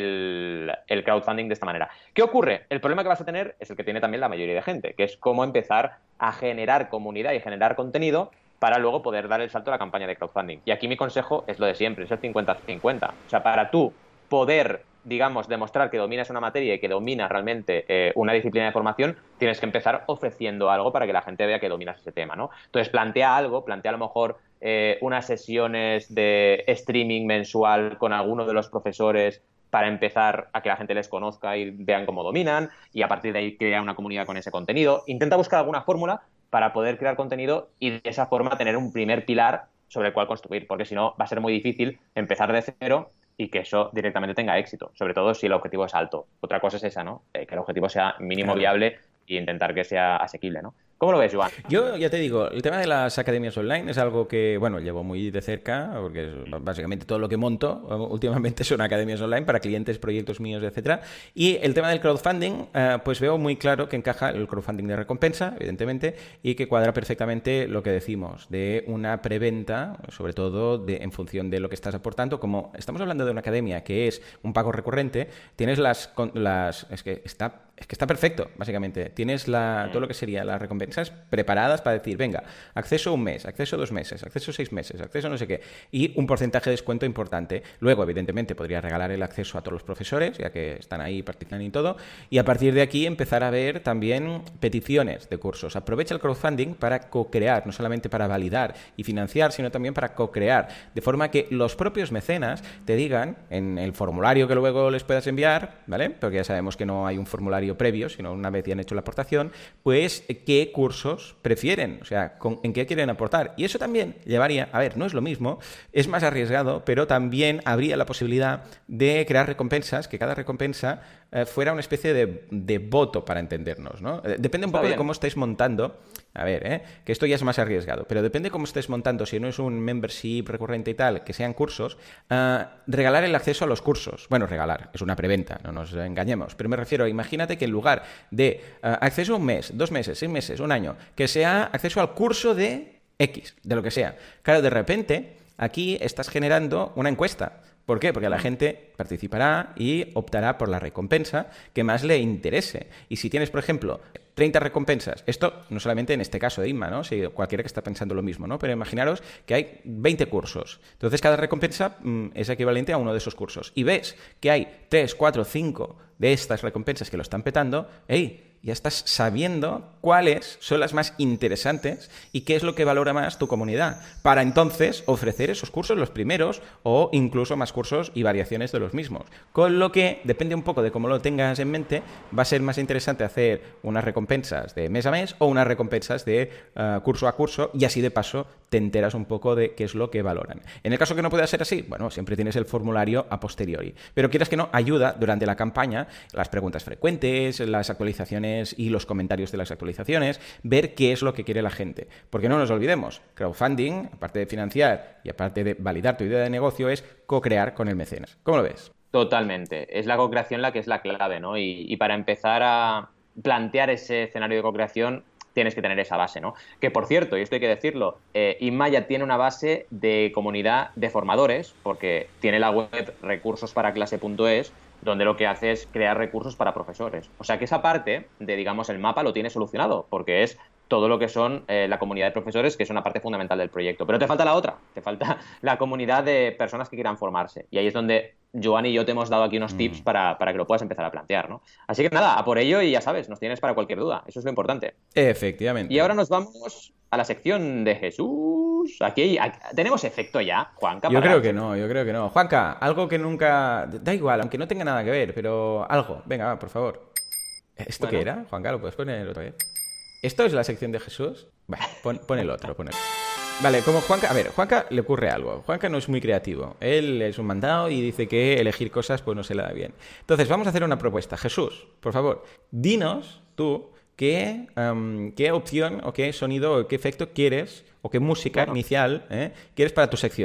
el, el crowdfunding de esta manera. ¿Qué ocurre? El problema que vas a tener es el que tiene también la mayoría de gente, que es cómo empezar a generar comunidad y generar contenido para luego poder dar el salto a la campaña de crowdfunding. Y aquí mi consejo es lo de siempre, es el cincuenta cincuenta. O sea, para tú poder, digamos, demostrar que dominas una materia y que dominas realmente eh, una disciplina de formación, tienes que empezar ofreciendo algo para que la gente vea que dominas ese tema, ¿no? Entonces, plantea algo, plantea a lo mejor eh, unas sesiones de streaming mensual con alguno de los profesores para empezar a que la gente les conozca y vean cómo dominan, y a partir de ahí crea una comunidad con ese contenido. Intenta buscar alguna fórmula para poder crear contenido y de esa forma tener un primer pilar sobre el cual construir, porque si no va a ser muy difícil empezar de cero y que eso directamente tenga éxito, sobre todo si el objetivo es alto. Otra cosa es esa, ¿no? Eh, que el objetivo sea mínimo Claro. viable e intentar que sea asequible, ¿no? ¿Cómo lo ves, Joan? Yo ya te digo, el tema de las academias online es algo que, bueno, llevo muy de cerca, porque es básicamente todo lo que monto últimamente son academias online para clientes, proyectos míos, etcétera. Y el tema del crowdfunding, eh, pues veo muy claro que encaja el crowdfunding de recompensa, evidentemente, y que cuadra perfectamente lo que decimos, de una preventa, sobre todo de, en función de lo que estás aportando. Como estamos hablando de una academia que es un pago recurrente, tienes las... las es que está... Es que está perfecto, básicamente. Tienes la, todo lo que sería las recompensas preparadas para decir, venga, acceso un mes, acceso dos meses, acceso seis meses, acceso no sé qué, y un porcentaje de descuento importante. Luego, evidentemente, podría regalar el acceso a todos los profesores, ya que están ahí, participan y todo, y a partir de aquí empezar a ver también peticiones de cursos. Aprovecha el crowdfunding para co-crear, no solamente para validar y financiar, sino también para co-crear, de forma que los propios mecenas te digan, en el formulario que luego les puedas enviar, ¿vale? Porque ya sabemos que no hay un formulario previo, sino una vez ya han hecho la aportación, pues qué cursos prefieren, o sea, con, en qué quieren aportar. Y eso también llevaría, a ver, no es lo mismo, es más arriesgado, pero también habría la posibilidad de crear recompensas, que cada recompensa eh, fuera una especie de, de voto, para entendernos, ¿no? Eh, depende un poco de cómo estáis montando. A ver, ¿eh? que esto ya es más arriesgado, pero depende de cómo estés montando, si no es un membership recurrente y tal, que sean cursos, uh, regalar el acceso a los cursos. Bueno, regalar, es una preventa, no nos engañemos, pero me refiero, imagínate que en lugar de uh, acceso a un mes, dos meses, seis meses, un año, que sea acceso al curso de X, de lo que sea. Claro, de repente, aquí estás generando una encuesta. ¿Por qué? Porque la gente participará y optará por la recompensa que más le interese. Y si tienes, por ejemplo, treinta recompensas, esto no solamente en este caso de Inma, ¿no? Si cualquiera que está pensando lo mismo, ¿no? Pero imaginaros que hay veinte cursos. Entonces, cada recompensa mmm, es equivalente a uno de esos cursos. Y ves que hay tres, cuatro, cinco de estas recompensas que lo están petando, ¡ey! Ya estás sabiendo cuáles son las más interesantes y qué es lo que valora más tu comunidad, para entonces ofrecer esos cursos los primeros o incluso más cursos y variaciones de los mismos. Con lo que, depende un poco de cómo lo tengas en mente, va a ser más interesante hacer unas recompensas de mes a mes o unas recompensas de uh, curso a curso, y así de paso te enteras un poco de qué es lo que valoran. En el caso que no pueda ser así, bueno, siempre tienes el formulario a posteriori, pero quieras que no, ayuda durante la campaña, las preguntas frecuentes, las actualizaciones y los comentarios de las actualizaciones, ver qué es lo que quiere la gente. Porque no nos olvidemos, crowdfunding, aparte de financiar y aparte de validar tu idea de negocio, es co-crear con el mecenas. ¿Cómo lo ves? Totalmente. Es la co-creación la que es la clave, ¿no? Y, y para empezar a plantear ese escenario de co-creación tienes que tener esa base, ¿no? Que, por cierto, y esto hay que decirlo, eh, Inma ya tiene una base de comunidad de formadores, porque tiene la web recursos para clase punto es, donde lo que hace es crear recursos para profesores. O sea que esa parte de, digamos, el mapa lo tiene solucionado, porque es todo lo que son eh, la comunidad de profesores, que es una parte fundamental del proyecto. Pero te falta la otra, te falta la comunidad de personas que quieran formarse. Y ahí es donde Joan y yo te hemos dado aquí unos tips mm. para, para que lo puedas empezar a plantear, ¿no? Así que nada, a por ello y ya sabes, nos tienes para cualquier duda. Eso es lo importante. Efectivamente. Y ahora nos vamos a la sección de Jesús. Aquí, hay, aquí tenemos efecto ya, Juanca. Yo creo que no, yo creo que no. Juanca, algo que nunca... Da igual, aunque no tenga nada que ver, pero algo. Venga, va, por favor. ¿Esto bueno. qué era? Juanca, ¿lo puedes poner otra vez? ¿Esto es la sección de Jesús? Bueno, pon, pon el otro, pon el otro. Vale, como Juanca... A ver, Juanca le ocurre algo. Juanca no es muy creativo. Él es un mandado y dice que elegir cosas pues no se le da bien. Entonces, vamos a hacer una propuesta. Jesús, por favor, dinos tú qué, um, qué opción o qué sonido o qué efecto quieres o qué música bueno. inicial ¿eh? quieres para tu sección.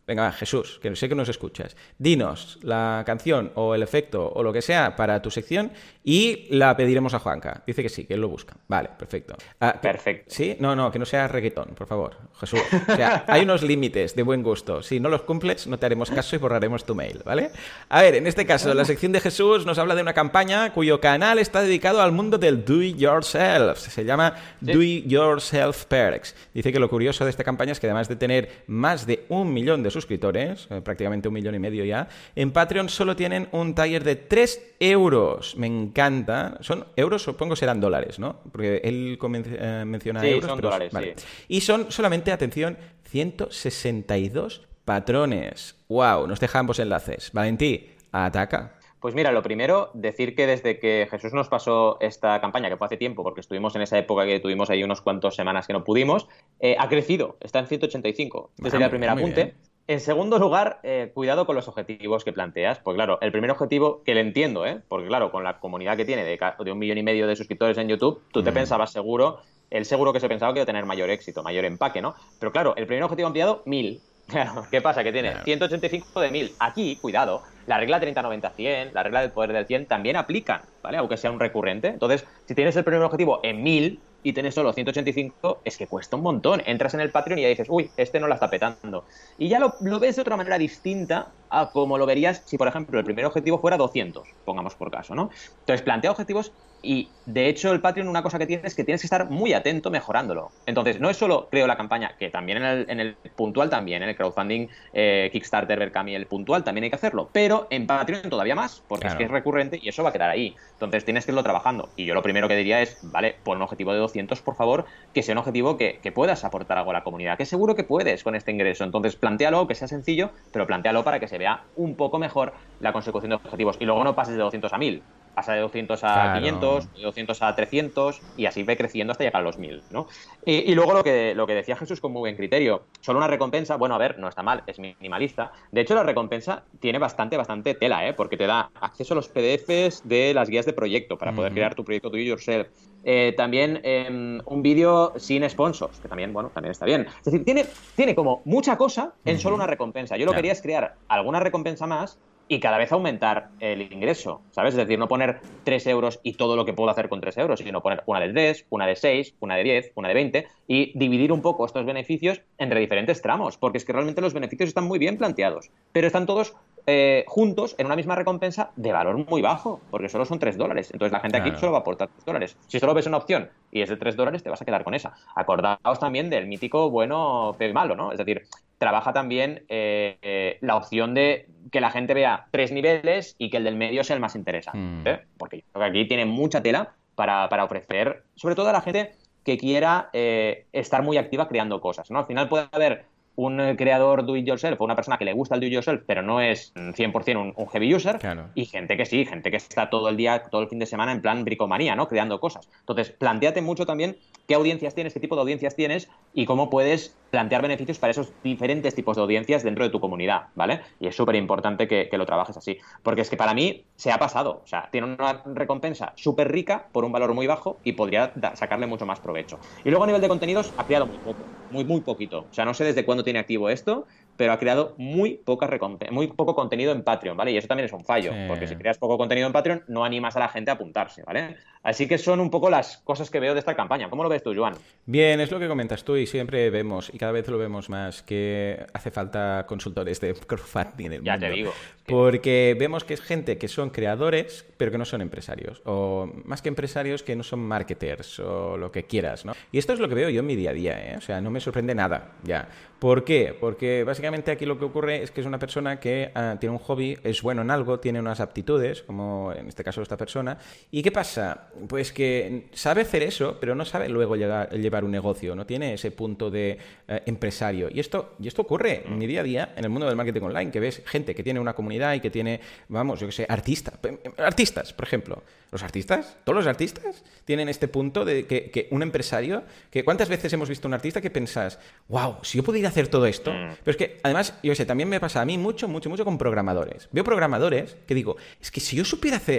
Venga, va, Jesús, que sé que nos escuchas. Dinos la canción o el efecto o lo que sea para tu sección y la pediremos a Juanca. Dice que sí, que él lo busca. Vale, perfecto. Ah, que, perfecto. ¿Sí? No, no, que no sea reggaetón, por favor, Jesús. O sea, hay unos límites de buen gusto. Si no los cumples, no te haremos caso y borraremos tu mail, ¿vale? A ver, en este caso, la sección de Jesús nos habla de una campaña cuyo canal está dedicado al mundo del do it yourself. Se llama ¿Sí? Do It Yourself Perks. Dice que lo curioso de esta campaña es que además de tener más de un millón de suscriptores, eh, prácticamente un millón y medio ya, en Patreon solo tienen un taller de tres euros. Me encanta. Son euros, supongo serán dólares, ¿no? Porque él eh, menciona sí, euros. Son pero, dólares, vale. sí. Y son solamente, atención, ciento sesenta y dos patrones. ¡Wow! Nos deja ambos enlaces. Valentí, ataca. Pues mira, lo primero, decir que desde que Jesús nos pasó esta campaña, que fue hace tiempo, porque estuvimos en esa época que tuvimos ahí unos cuantos semanas que no pudimos, eh, ha crecido, está en ciento ochenta y cinco. Este sería el primer apunte. Bien. En segundo lugar, eh, cuidado con los objetivos que planteas. Pues claro, el primer objetivo, que le entiendo, ¿eh? Porque claro, con la comunidad que tiene de, de un millón y medio de suscriptores en YouTube, tú te mm. pensabas seguro, él seguro que se pensaba que iba a tener mayor éxito, mayor empaque, ¿no? Pero claro, el primer objetivo ampliado, mil. Claro, ¿qué pasa? Que tiene claro. ciento ochenta y cinco de mil. Aquí, cuidado, la regla treinta noventa cien, la regla del poder del cien también aplican, ¿vale? Aunque sea un recurrente. Entonces, si tienes el primer objetivo en mil y tienes solo ciento ochenta y cinco, es que cuesta un montón. Entras en el Patreon y ya dices, uy, este no la está petando. Y ya lo, lo ves de otra manera distinta a como lo verías si, por ejemplo, el primer objetivo fuera doscientos, pongamos por caso, ¿no? Entonces, plantea objetivos y, de hecho, el Patreon, una cosa que tienes es que tienes que estar muy atento mejorándolo. Entonces, no es solo creo la campaña, que también en el, en el puntual también, en el crowdfunding, eh, Kickstarter, Berkami, el puntual también hay que hacerlo, pero en Patreon todavía más, porque claro. es que es recurrente y eso va a quedar ahí. Entonces, tienes que irlo trabajando. Y yo lo primero que diría es, vale, pon un objetivo de doscientos, por favor, que sea un objetivo que, que puedas aportar algo a la comunidad, que seguro que puedes con este ingreso. Entonces, plantéalo, que sea sencillo, pero plantéalo para que se vea un poco mejor la consecución de objetivos. Y luego no pases de doscientos a mil. Pasa de doscientos a claro. quinientos, de doscientos a trescientos y así ve creciendo hasta llegar a los mil, ¿no? Y, y luego lo que, lo que decía Jesús con muy buen criterio, solo una recompensa, bueno, a ver, no está mal, es minimalista. De hecho, la recompensa tiene bastante, bastante tela, ¿eh? Porque te da acceso a los P D Fs de las guías de proyecto para poder uh-huh. crear tu proyecto do it yourself. Eh, también eh, un vídeo sin sponsors, que también, bueno, también está bien. Es decir, tiene, tiene como mucha cosa en uh-huh. solo una recompensa. Yo lo que quería es crear alguna recompensa más y cada vez aumentar el ingreso, ¿sabes? Es decir, no poner tres euros y todo lo que puedo hacer con tres euros, sino poner una de tres, una de seis, una de diez, una de veinte y dividir un poco estos beneficios entre diferentes tramos, porque es que realmente los beneficios están muy bien planteados, pero están todos eh, juntos en una misma recompensa de valor muy bajo, porque solo son tres dólares. Entonces la gente claro. aquí solo va a aportar tres dólares. Si solo ves una opción y es de tres dólares, te vas a quedar con esa. Acordaos también del mítico bueno, feo y malo, ¿no? Es decir, trabaja también eh, eh, la opción de que la gente vea tres niveles y que el del medio sea el más interesante, mm. ¿eh? Porque yo creo que aquí tiene mucha tela para, para ofrecer, sobre todo a la gente que quiera eh, estar muy activa creando cosas, ¿no? Al final puede haber un creador do it yourself o una persona que le gusta el do it yourself, pero no es cien por cien un, un heavy user, claro. y gente que sí, gente que está todo el día, todo el fin de semana en plan bricomanía, ¿no? Creando cosas. Entonces, plantéate mucho también qué audiencias tienes, qué tipo de audiencias tienes y cómo puedes plantear beneficios para esos diferentes tipos de audiencias dentro de tu comunidad, ¿vale? Y es súper importante que, que lo trabajes así, porque es que para mí se ha pasado, o sea, tiene una recompensa súper rica por un valor muy bajo y podría da, sacarle mucho más provecho. Y luego a nivel de contenidos ha creado muy poco, muy, muy poquito. O sea, no sé desde cuándo tiene activo esto, pero ha creado muy poca recompensa, muy poco contenido en Patreon, ¿vale? Y eso también es un fallo, sí. porque si creas poco contenido en Patreon, no animas a la gente a apuntarse, ¿vale? Así que son un poco las cosas que veo de esta campaña. ¿Cómo lo ves tú, Joan? Bien, es lo que comentas tú y siempre vemos, y cada vez lo vemos más, que hace falta consultores de crowdfunding en el ya mundo. Ya te digo. Porque vemos que es gente que son creadores, pero que no son empresarios. O más que empresarios, que no son marketers o lo que quieras, ¿no? Y esto es lo que veo yo en mi día a día, ¿eh? O sea, no me sorprende nada, ya. ¿Por qué? Porque básicamente aquí lo que ocurre es que es una persona que uh, tiene un hobby, es bueno en algo, tiene unas aptitudes, como en este caso esta persona. ¿Y qué pasa? Pues que sabe hacer eso, pero no sabe luego llegar, llevar un negocio, no tiene ese punto de uh, empresario. Y esto, y esto ocurre en mi día a día en el mundo del marketing online, que ves gente que tiene una comunidad y que tiene, vamos, yo qué sé, artistas. Artistas, por ejemplo. ¿Los artistas? ¿Todos los artistas tienen este punto de que, que un empresario, que cuántas veces hemos visto un artista que pensás, wow, si yo pudiera hacer todo esto, mm. pero es que además, yo sé, también me pasa a mí mucho, mucho, mucho con programadores. Veo programadores que digo, es que si yo supiera hacer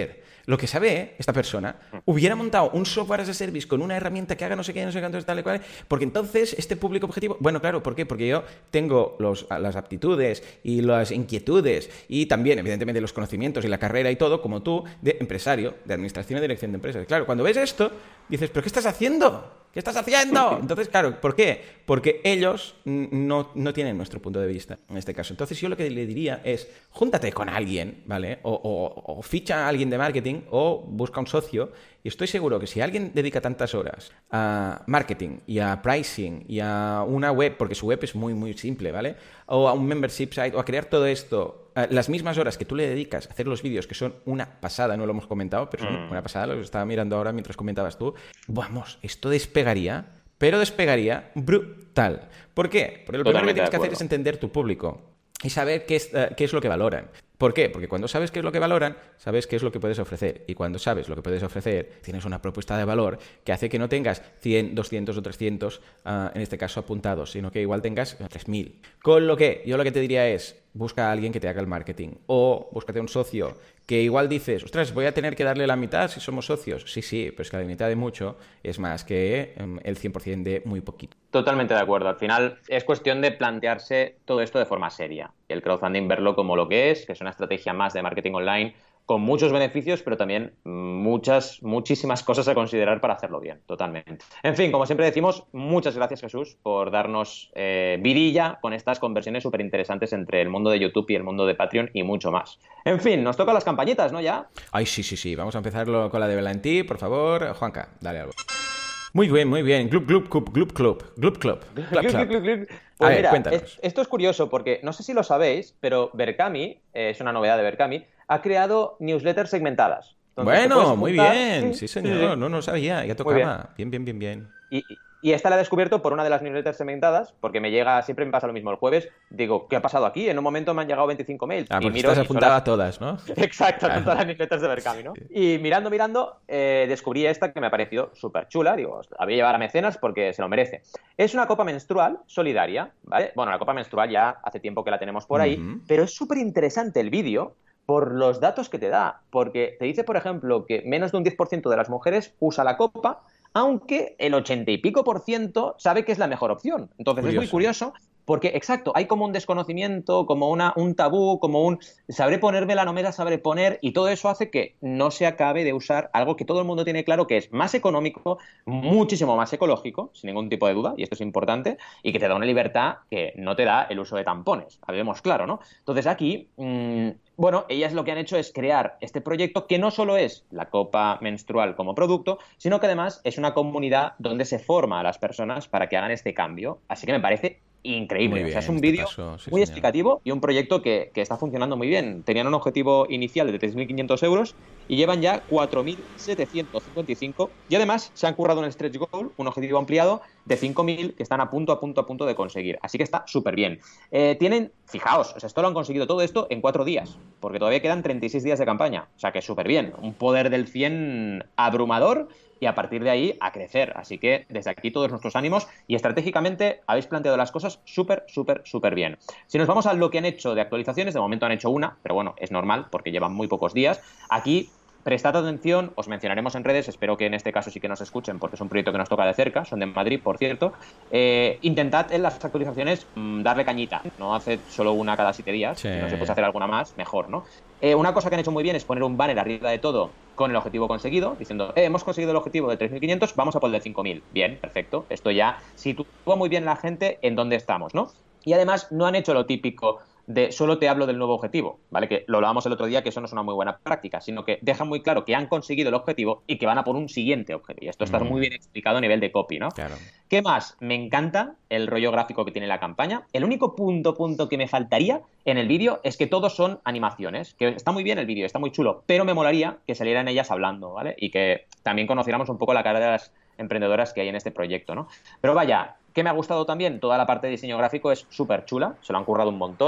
lo que sabe esta persona hubiera montado un software as a service con una herramienta que haga no sé qué, no sé cuánto, tal y cual, porque entonces este público objetivo... Bueno, claro, ¿por qué? Porque yo tengo los, las aptitudes y las inquietudes y también, evidentemente, los conocimientos y la carrera y todo, como tú, de empresario, de administración y dirección de empresas. Claro, cuando ves esto, dices, ¿pero qué estás haciendo? ¿Qué estás haciendo? Entonces, claro, ¿por qué? Porque ellos no, no tienen nuestro punto de vista en este caso. Entonces, yo lo que le diría es, júntate con alguien, ¿vale? O, o, o ficha a alguien de marketing o busca un socio. Y estoy seguro que si alguien dedica tantas horas a marketing y a pricing y a una web, porque su web es muy, muy simple, ¿vale? O a un membership site o a crear todo esto, las mismas horas que tú le dedicas a hacer los vídeos, que son una pasada, no lo hemos comentado, pero son mm. una pasada, lo estaba mirando ahora mientras comentabas tú. Vamos, esto despegaría, pero despegaría brutal. ¿Por qué? Porque lo primero que tienes que hacer es entender tu público y saber qué es, uh, qué es lo que valoran. ¿Por qué? Porque cuando sabes qué es lo que valoran, sabes qué es lo que puedes ofrecer. Y cuando sabes lo que puedes ofrecer, tienes una propuesta de valor que hace que no tengas cien, doscientos o trescientos, uh, en este caso, apuntados, sino que igual tengas tres mil. Con lo que yo lo que te diría es, busca a alguien que te haga el marketing. O búscate un socio que igual dices, ostras, voy a tener que darle la mitad si somos socios. Sí, sí, pero es que la mitad de mucho es más que um, el cien por ciento de muy poquito. Totalmente de acuerdo. Al final es cuestión de plantearse todo esto de forma seria. El crowdfunding verlo como lo que es, que es una estrategia más de marketing online con muchos beneficios, pero también muchas, muchísimas cosas a considerar para hacerlo bien, totalmente. En fin, como siempre decimos, muchas gracias, Jesús, por darnos eh, vidilla con estas conversiones súper interesantes entre el mundo de YouTube y el mundo de Patreon y mucho más. En fin, nos tocan las campañitas, ¿no? Ya. Ay, sí, sí, sí. Vamos a empezarlo con la de Valentí, por favor. Juanca, dale algo. Muy bien, muy bien. Club, club, club, club, club, club, club. Club, club, club, club. Pues a mira, ver, es, esto es curioso porque no sé si lo sabéis, pero Berkami, eh, es una novedad de Berkami, ha creado newsletters segmentadas. Entonces, bueno, muy bien. Sí, sí señor. Sí, sí. No, no sabía. Ya tocaba. Bien, bien, bien, bien. Y, y esta la he descubierto por una de las newsletters segmentadas, porque me llega, siempre me pasa lo mismo el jueves. Digo, ¿qué ha pasado aquí? En un momento me han llegado veinticinco mails. Ah, porque y miro estás apuntada las... a todas, ¿no? Exacto, claro. Son todas las newsletters de Berkami, ¿no? Y mirando, mirando, eh, descubrí esta que me ha parecido súper chula. Digo, la voy a llevar a Mecenas porque se lo merece. Es una copa menstrual solidaria, ¿vale? Bueno, la copa menstrual ya hace tiempo que la tenemos por ahí, uh-huh. Pero es súper interesante el vídeo por los datos que te da. Porque te dice, por ejemplo, que menos de un diez por ciento de las mujeres usa la copa, aunque el ochenta y pico por ciento sabe que es la mejor opción. Entonces curioso. Es muy curioso porque, exacto, hay como un desconocimiento, como una, un tabú, como un sabré ponérmela, no me la sabré poner, y todo eso hace que no se acabe de usar algo que todo el mundo tiene claro que es más económico, muchísimo más ecológico, sin ningún tipo de duda, y esto es importante, y que te da una libertad que no te da el uso de tampones, hablemos claro, ¿no? Entonces aquí... Mmm, bueno, ellas lo que han hecho es crear este proyecto que no solo es la copa menstrual como producto, sino que además es una comunidad donde se forma a las personas para que hagan este cambio. Así que me parece increíble. Bien, o sea, es un vídeo sí, muy señor. explicativo y un proyecto que, que está funcionando muy bien. Tenían un objetivo inicial de tres mil quinientos euros y llevan ya cuatro mil setecientos cincuenta y cinco y además se han currado un stretch goal, un objetivo ampliado de cinco mil que están a punto, a punto, a punto de conseguir. Así que está súper bien. Eh, tienen, fijaos, o sea, esto lo han conseguido todo esto en cuatro días, porque todavía quedan treinta y seis días de campaña. O sea que súper bien. Un poder del cien abrumador y a partir de ahí a crecer. Así que desde aquí todos nuestros ánimos y estratégicamente habéis planteado las cosas súper, súper, súper bien. Si nos vamos a lo que han hecho de actualizaciones, de momento han hecho una, pero bueno, es normal porque llevan muy pocos días. Aquí... Prestad atención, os mencionaremos en redes, espero que en este caso sí que nos escuchen porque es un proyecto que nos toca de cerca, son de Madrid, por cierto. Eh, intentad en las actualizaciones mmm, darle cañita, no haced solo una cada siete días, sí. Si no se puede hacer alguna más, mejor, ¿no? Eh, una cosa que han hecho muy bien es poner un banner arriba de todo con el objetivo conseguido, diciendo, eh, hemos conseguido el objetivo de tres mil quinientos, vamos a por el de cinco mil. Bien, perfecto, esto ya sitúa muy bien la gente en dónde estamos, ¿no? Y además no han hecho lo típico de solo te hablo del nuevo objetivo, ¿vale? Que lo hablábamos el otro día, que eso no es una muy buena práctica, sino que dejan muy claro que han conseguido el objetivo y que van a por un siguiente objetivo. Y esto está mm. muy bien explicado a nivel de copy, ¿no? Claro. ¿Qué más? Me encanta el rollo gráfico que tiene la campaña. El único punto, punto que me faltaría en el vídeo es que todos son animaciones, que está muy bien el vídeo, está muy chulo, pero me molaría que salieran ellas hablando, ¿vale? Y que también conociéramos un poco la cara de las emprendedoras que hay en este proyecto, ¿no? Pero vaya, ¿qué me ha gustado también? Toda la parte de diseño gráfico es súper chula, se lo han currado un montón.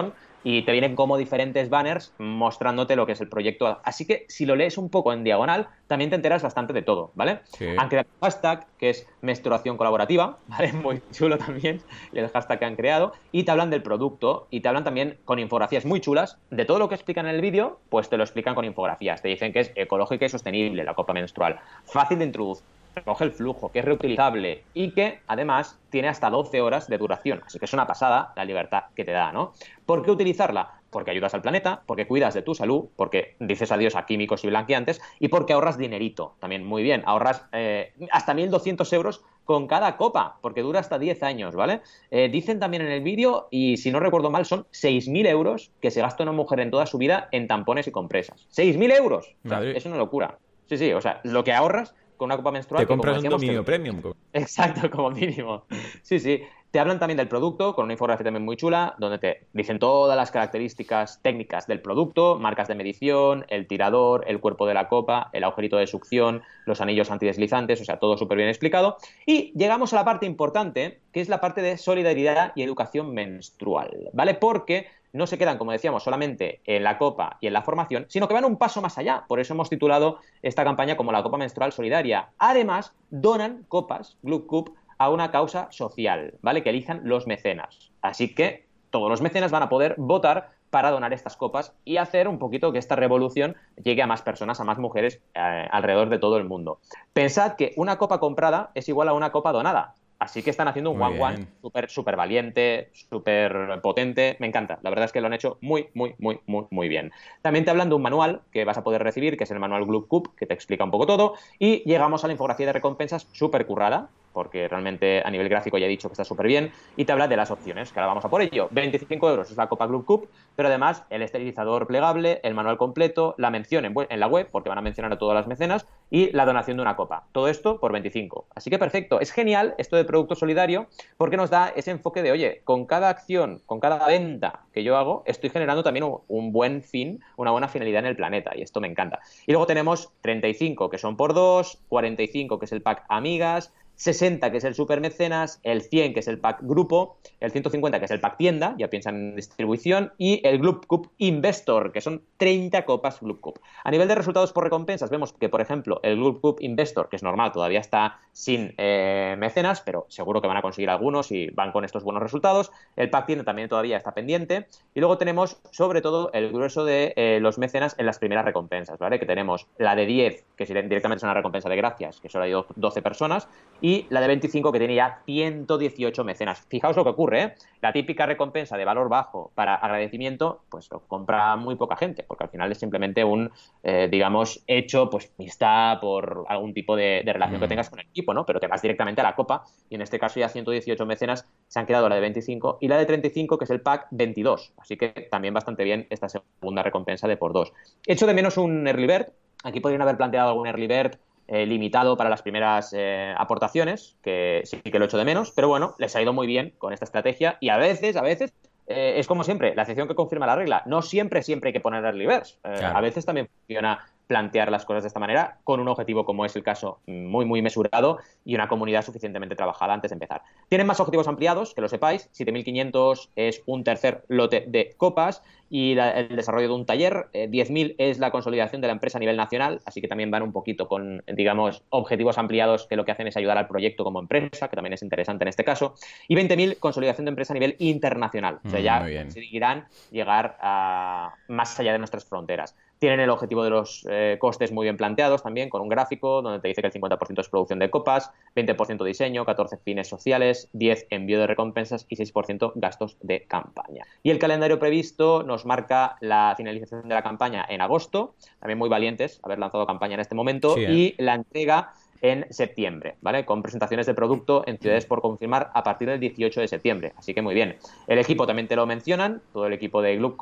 y te vienen como diferentes banners mostrándote lo que es el proyecto. Así que si lo lees un poco en diagonal, también te enteras bastante de todo, ¿vale? Sí. Han creado un hashtag que es menstruación colaborativa, ¿vale? Muy chulo también el hashtag que han creado, y te hablan del producto y te hablan también con infografías muy chulas de todo lo que explican en el vídeo, pues te lo explican con infografías. Te dicen que es ecológica y sostenible la copa menstrual, fácil de introducir, recoge el flujo, que es reutilizable y que además tiene hasta doce horas de duración. Así que es una pasada la libertad que te da, ¿no? ¿Por qué utilizarla? Porque ayudas al planeta, porque cuidas de tu salud, porque dices adiós a químicos y blanqueantes y porque ahorras dinerito. También muy bien, ahorras eh, hasta mil doscientos euros con cada copa, porque dura hasta diez años, ¿vale? Eh, dicen también en el vídeo, y si no recuerdo mal, son seis mil euros que se gasta una mujer en toda su vida en tampones y compresas. ¡seis mil euros! O sea, es una locura. Sí, sí, o sea, lo que ahorras con una copa menstrual... Te compras un dominio te... premium. Exacto, como mínimo. Sí, sí. Te hablan también del producto, con una infografía también muy chula, donde te dicen todas las características técnicas del producto, marcas de medición, el tirador, el cuerpo de la copa, el agujerito de succión, los anillos antideslizantes, o sea, todo súper bien explicado. Y llegamos a la parte importante, que es la parte de solidaridad y educación menstrual, ¿vale? Porque no se quedan, como decíamos, solamente en la copa y en la formación, sino que van un paso más allá. Por eso hemos titulado esta campaña como la Copa Menstrual Solidaria. Además, donan copas, Gloop Cup, a una causa social, ¿vale? Que elijan los mecenas. Así que todos los mecenas van a poder votar para donar estas copas y hacer un poquito que esta revolución llegue a más personas, a más mujeres eh, alrededor de todo el mundo. Pensad que una copa comprada es igual a una copa donada. Así que están haciendo un one-one súper súper valiente, súper potente. Me encanta. La verdad es que lo han hecho muy, muy, muy, muy, muy bien. También te hablan de un manual que vas a poder recibir, que es el manual Gloop Cup, que te explica un poco todo. Y llegamos a la infografía de recompensas súper currada, porque realmente a nivel gráfico ya he dicho que está súper bien, y te habla de las opciones, que ahora vamos a por ello. veinticinco euros es la copa Gloop Cup, pero además el esterilizador plegable, el manual completo, la mención en, en la web, porque van a mencionar a todas las mecenas, y la donación de una copa. Todo esto por veinticinco. Así que perfecto. Es genial esto de producto solidario, porque nos da ese enfoque de, oye, con cada acción, con cada venta que yo hago, estoy generando también un, un buen fin, una buena finalidad en el planeta, y esto me encanta. Y luego tenemos treinta y cinco, que son por dos, cuarenta y cinco, que es el pack Amigas, sesenta, que es el super mecenas, el cien, que es el pack grupo, el ciento cincuenta, que es el pack tienda, ya piensan en distribución, y el Gloop Cup Investor, que son treinta copas Gloop Cup. A nivel de resultados por recompensas, vemos que, por ejemplo, el Gloop Cup Investor, que es normal, todavía está sin eh, mecenas, pero seguro que van a conseguir algunos y van con estos buenos resultados. El pack tienda también todavía está pendiente. Y luego tenemos, sobre todo, el grueso de eh, los mecenas en las primeras recompensas, ¿vale? Que tenemos la de diez, que directamente es una recompensa de gracias, que solo hay doce personas, y la de veinticinco, que tiene ya ciento dieciocho mecenas. Fijaos lo que ocurre, ¿eh? La típica recompensa de valor bajo para agradecimiento, pues lo compra muy poca gente, porque al final es simplemente un, eh, digamos, hecho, pues, amistad por algún tipo de, de relación mm. que tengas con el equipo, ¿no? Pero te vas directamente a la copa, y en este caso ya ciento dieciocho mecenas se han quedado la de veinticinco, y la de treinta y cinco, que es el pack veintidós. Así que también bastante bien esta segunda recompensa de por dos. Echo de menos un early bird. Aquí podrían haber planteado algún early bird Eh, limitado para las primeras eh, aportaciones, que sí que lo echo de menos, pero bueno, les ha ido muy bien con esta estrategia y a veces, a veces, eh, es como siempre, la excepción que confirma la regla. No siempre, siempre hay que poner early birds. Eh, claro. A veces también funciona plantear las cosas de esta manera con un objetivo, como es el caso, muy, muy mesurado y una comunidad suficientemente trabajada antes de empezar. Tienen más objetivos ampliados, que lo sepáis. siete mil quinientos es un tercer lote de copas y la, el desarrollo de un taller. Eh, diez mil es la consolidación de la empresa a nivel nacional, así que también van un poquito con, digamos, objetivos ampliados que lo que hacen es ayudar al proyecto como empresa, que también es interesante en este caso. Y veinte mil, consolidación de empresa a nivel internacional. O sea, ya conseguirán llegar a más allá de nuestras fronteras. Tienen el objetivo de los eh, costes muy bien planteados también, con un gráfico donde te dice que el cincuenta por ciento es producción de copas, veinte por ciento diseño, catorce por ciento fines sociales, diez por ciento envío de recompensas y seis por ciento gastos de campaña. Y el calendario previsto nos marca la finalización de la campaña en agosto, también muy valientes haber lanzado campaña en este momento, sí, eh. y la entrega en septiembre, ¿vale? Con presentaciones de producto en ciudades por confirmar a partir del dieciocho de septiembre. Así que muy bien. El equipo también te lo mencionan, todo el equipo de Gloop Cup.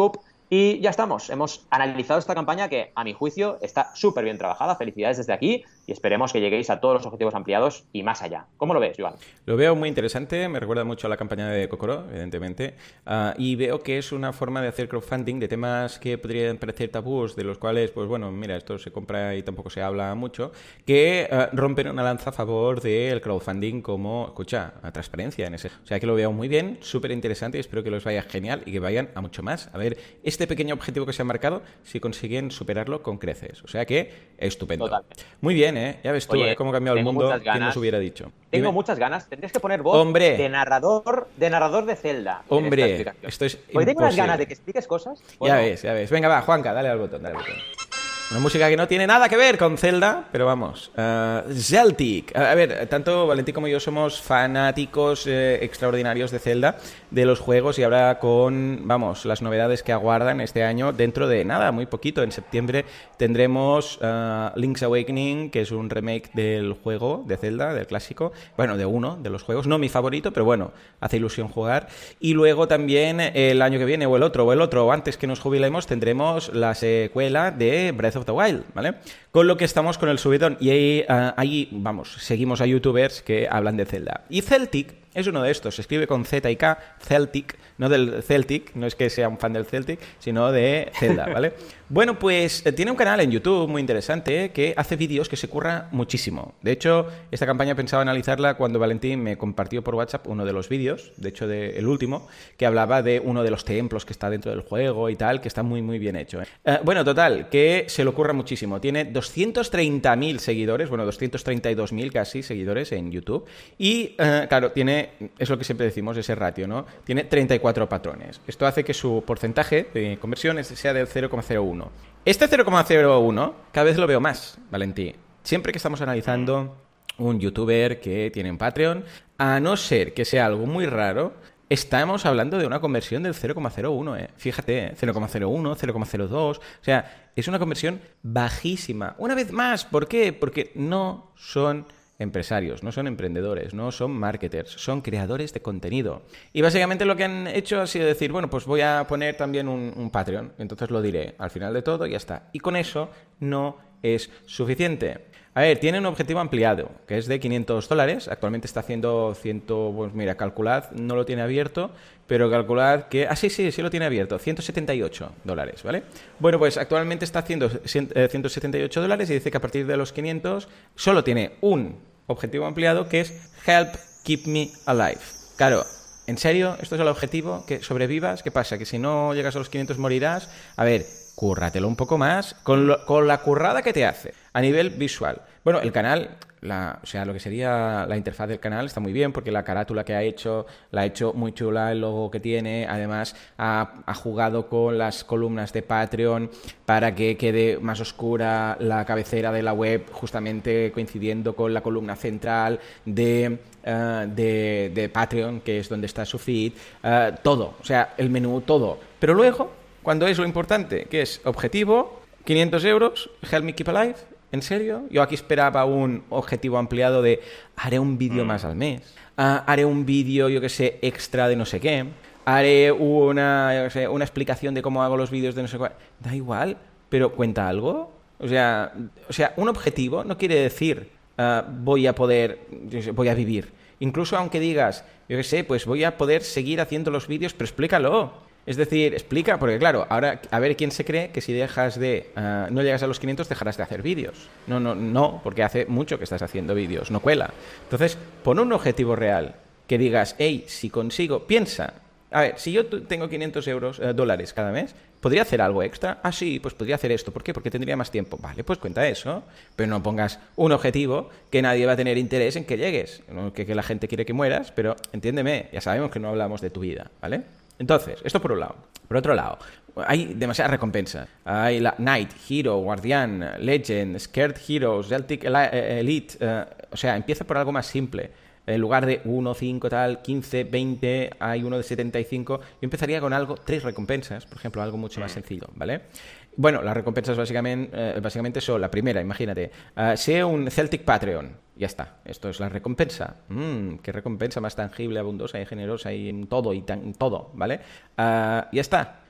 Y ya estamos, hemos analizado esta campaña que, a mi juicio, está súper bien trabajada. Felicidades desde aquí y esperemos que lleguéis a todos los objetivos ampliados y más allá. ¿Cómo lo ves, Joan? Lo veo muy interesante, me recuerda mucho a la campaña de Kokoro, evidentemente, uh, y veo que es una forma de hacer crowdfunding de temas que podrían parecer tabús, de los cuales, pues bueno, mira, esto se compra y tampoco se habla mucho, que uh, rompen una lanza a favor del crowdfunding como, escucha, a transparencia en ese. O sea que lo veo muy bien, súper interesante y espero que les vaya genial y que vayan a mucho más. A ver, este pequeño objetivo que se han marcado, si consiguen superarlo con creces. O sea que, estupendo. Totalmente. Muy bien, ¿eh? Ya ves tú, Oye, ¿eh? Cómo ha cambiado el mundo, ¿quién nos hubiera dicho? Tengo Dime. muchas ganas. Tendrías que poner voz Hombre. de narrador de narrador de Zelda. Hombre, esto es Hoy tengo unas imposible. ganas de que expliques cosas. Ya ves, ya ves. Venga, va, Juanca, dale al botón, dale al botón. Una música que no tiene nada que ver con Zelda, pero vamos. Uh, Celtic. A ver, tanto Valentín como yo somos fanáticos eh, extraordinarios de Zelda, de los juegos, y ahora con, vamos, las novedades que aguardan este año dentro de nada, muy poquito. En septiembre tendremos uh, Link's Awakening, que es un remake del juego de Zelda, del clásico. Bueno, de uno de los juegos, no mi favorito, pero bueno, hace ilusión jugar. Y luego también el año que viene, o el otro, o el otro, o antes que nos jubilemos, tendremos la secuela de Breath of the Wild, ¿vale? Con lo que estamos con el subidón. Y ahí, uh, ahí, vamos, seguimos a youtubers que hablan de Zelda. Y Celtic es uno de estos, se escribe con Z y K, Celtic, no del Celtic, no es que sea un fan del Celtic, sino de Zelda, ¿vale? Bueno, pues eh, tiene un canal en YouTube muy interesante eh, que hace vídeos que se curra muchísimo. De hecho, esta campaña pensaba analizarla cuando Valentín me compartió por WhatsApp uno de los vídeos, de hecho de, el último, que hablaba de uno de los templos que está dentro del juego y tal, que está muy muy bien hecho. Eh. Eh, bueno, total, que se lo curra muchísimo. Tiene doscientos treinta mil seguidores, bueno, doscientos treinta y dos mil casi seguidores en YouTube. Y, eh, claro, tiene, es lo que siempre decimos, ese ratio, ¿no? Tiene treinta y cuatro patrones. Esto hace que su porcentaje de conversiones sea del cero coma cero uno. Este cero coma cero uno cada vez lo veo más, Valentín. Siempre que estamos analizando un youtuber que tiene un Patreon, a no ser que sea algo muy raro, estamos hablando de una conversión del cero coma cero uno, ¿eh? Fíjate, ¿eh? cero coma cero uno, cero coma cero dos, o sea, es una conversión bajísima. Una vez más, ¿por qué? Porque no son empresarios, no son emprendedores, no son marketers, son creadores de contenido. Y básicamente lo que han hecho ha sido decir, bueno, pues voy a poner también un, un Patreon, entonces lo diré al final de todo y ya está. Y con eso no es suficiente. A ver, tiene un objetivo ampliado, que es de quinientos dólares. Actualmente está haciendo cien, pues mira, calculad, no lo tiene abierto, pero calculad que... Ah, sí, sí, sí lo tiene abierto, ciento setenta y ocho dólares, ¿vale? Bueno, pues actualmente está haciendo ciento setenta y ocho dólares y dice que a partir de los quinientos solo tiene un objetivo ampliado, que es Help Keep Me Alive. Claro, ¿en serio? ¿Esto es el objetivo? ¿Que sobrevivas? ¿Qué pasa? ¿Que si no llegas a los quinientos morirás? A ver, cúrratelo un poco más con, lo, con la currada que te hace a nivel visual. Bueno, el canal, la, o sea, lo que sería la interfaz del canal está muy bien porque la carátula que ha hecho, la ha hecho muy chula, el logo que tiene, además ha, ha jugado con las columnas de Patreon para que quede más oscura la cabecera de la web, justamente coincidiendo con la columna central de, uh, de, de Patreon, que es donde está su feed, uh, todo, o sea, el menú, todo. Pero luego, cuando es lo importante, que es objetivo, quinientos euros, Help Me Keep Alive. ¿En serio? Yo aquí esperaba un objetivo ampliado de haré un vídeo más al mes, uh, haré un vídeo, yo que sé, extra de no sé qué, haré una, yo que sé, una explicación de cómo hago los vídeos de no sé cuál. Da igual, pero ¿cuenta algo? O sea, o sea un objetivo no quiere decir uh, voy a poder, yo sé, voy a vivir. Incluso aunque digas, yo que sé, pues voy a poder seguir haciendo los vídeos, pero explícalo. Es decir, explica, porque claro, ahora a ver quién se cree que si dejas de uh, no llegas a los quinientos dejarás de hacer vídeos. No, no, no, porque hace mucho que estás haciendo vídeos, no cuela. Entonces, pon un objetivo real, que digas, hey, si consigo, piensa, a ver, si yo tengo quinientos euros, eh, dólares cada mes, ¿podría hacer algo extra? Ah, sí, pues podría hacer esto. ¿Por qué? Porque tendría más tiempo. Vale, pues cuenta eso, pero no pongas un objetivo que nadie va a tener interés en que llegues. No, que, que la gente quiere que mueras, pero entiéndeme, ya sabemos que no hablamos de tu vida, ¿vale? Entonces, esto por un lado. Por otro lado, hay demasiadas recompensas. Hay la Knight, Hero, Guardián, Legend, Scared Heroes, Celtic Elite. Eh, o sea, empieza por algo más simple. En lugar de uno, cinco, tal, quince, veinte, hay uno de setenta y cinco. Yo empezaría con algo, tres recompensas, por ejemplo, algo mucho más sencillo, ¿vale? Bueno, las recompensas básicamente, eh, básicamente son la primera, imagínate, uh, sea un Celtic Patreon, ya está, esto es la recompensa. Mm, qué recompensa más tangible, abundosa y generosa y en todo, y tan, todo, ¿vale? Uh, ya está.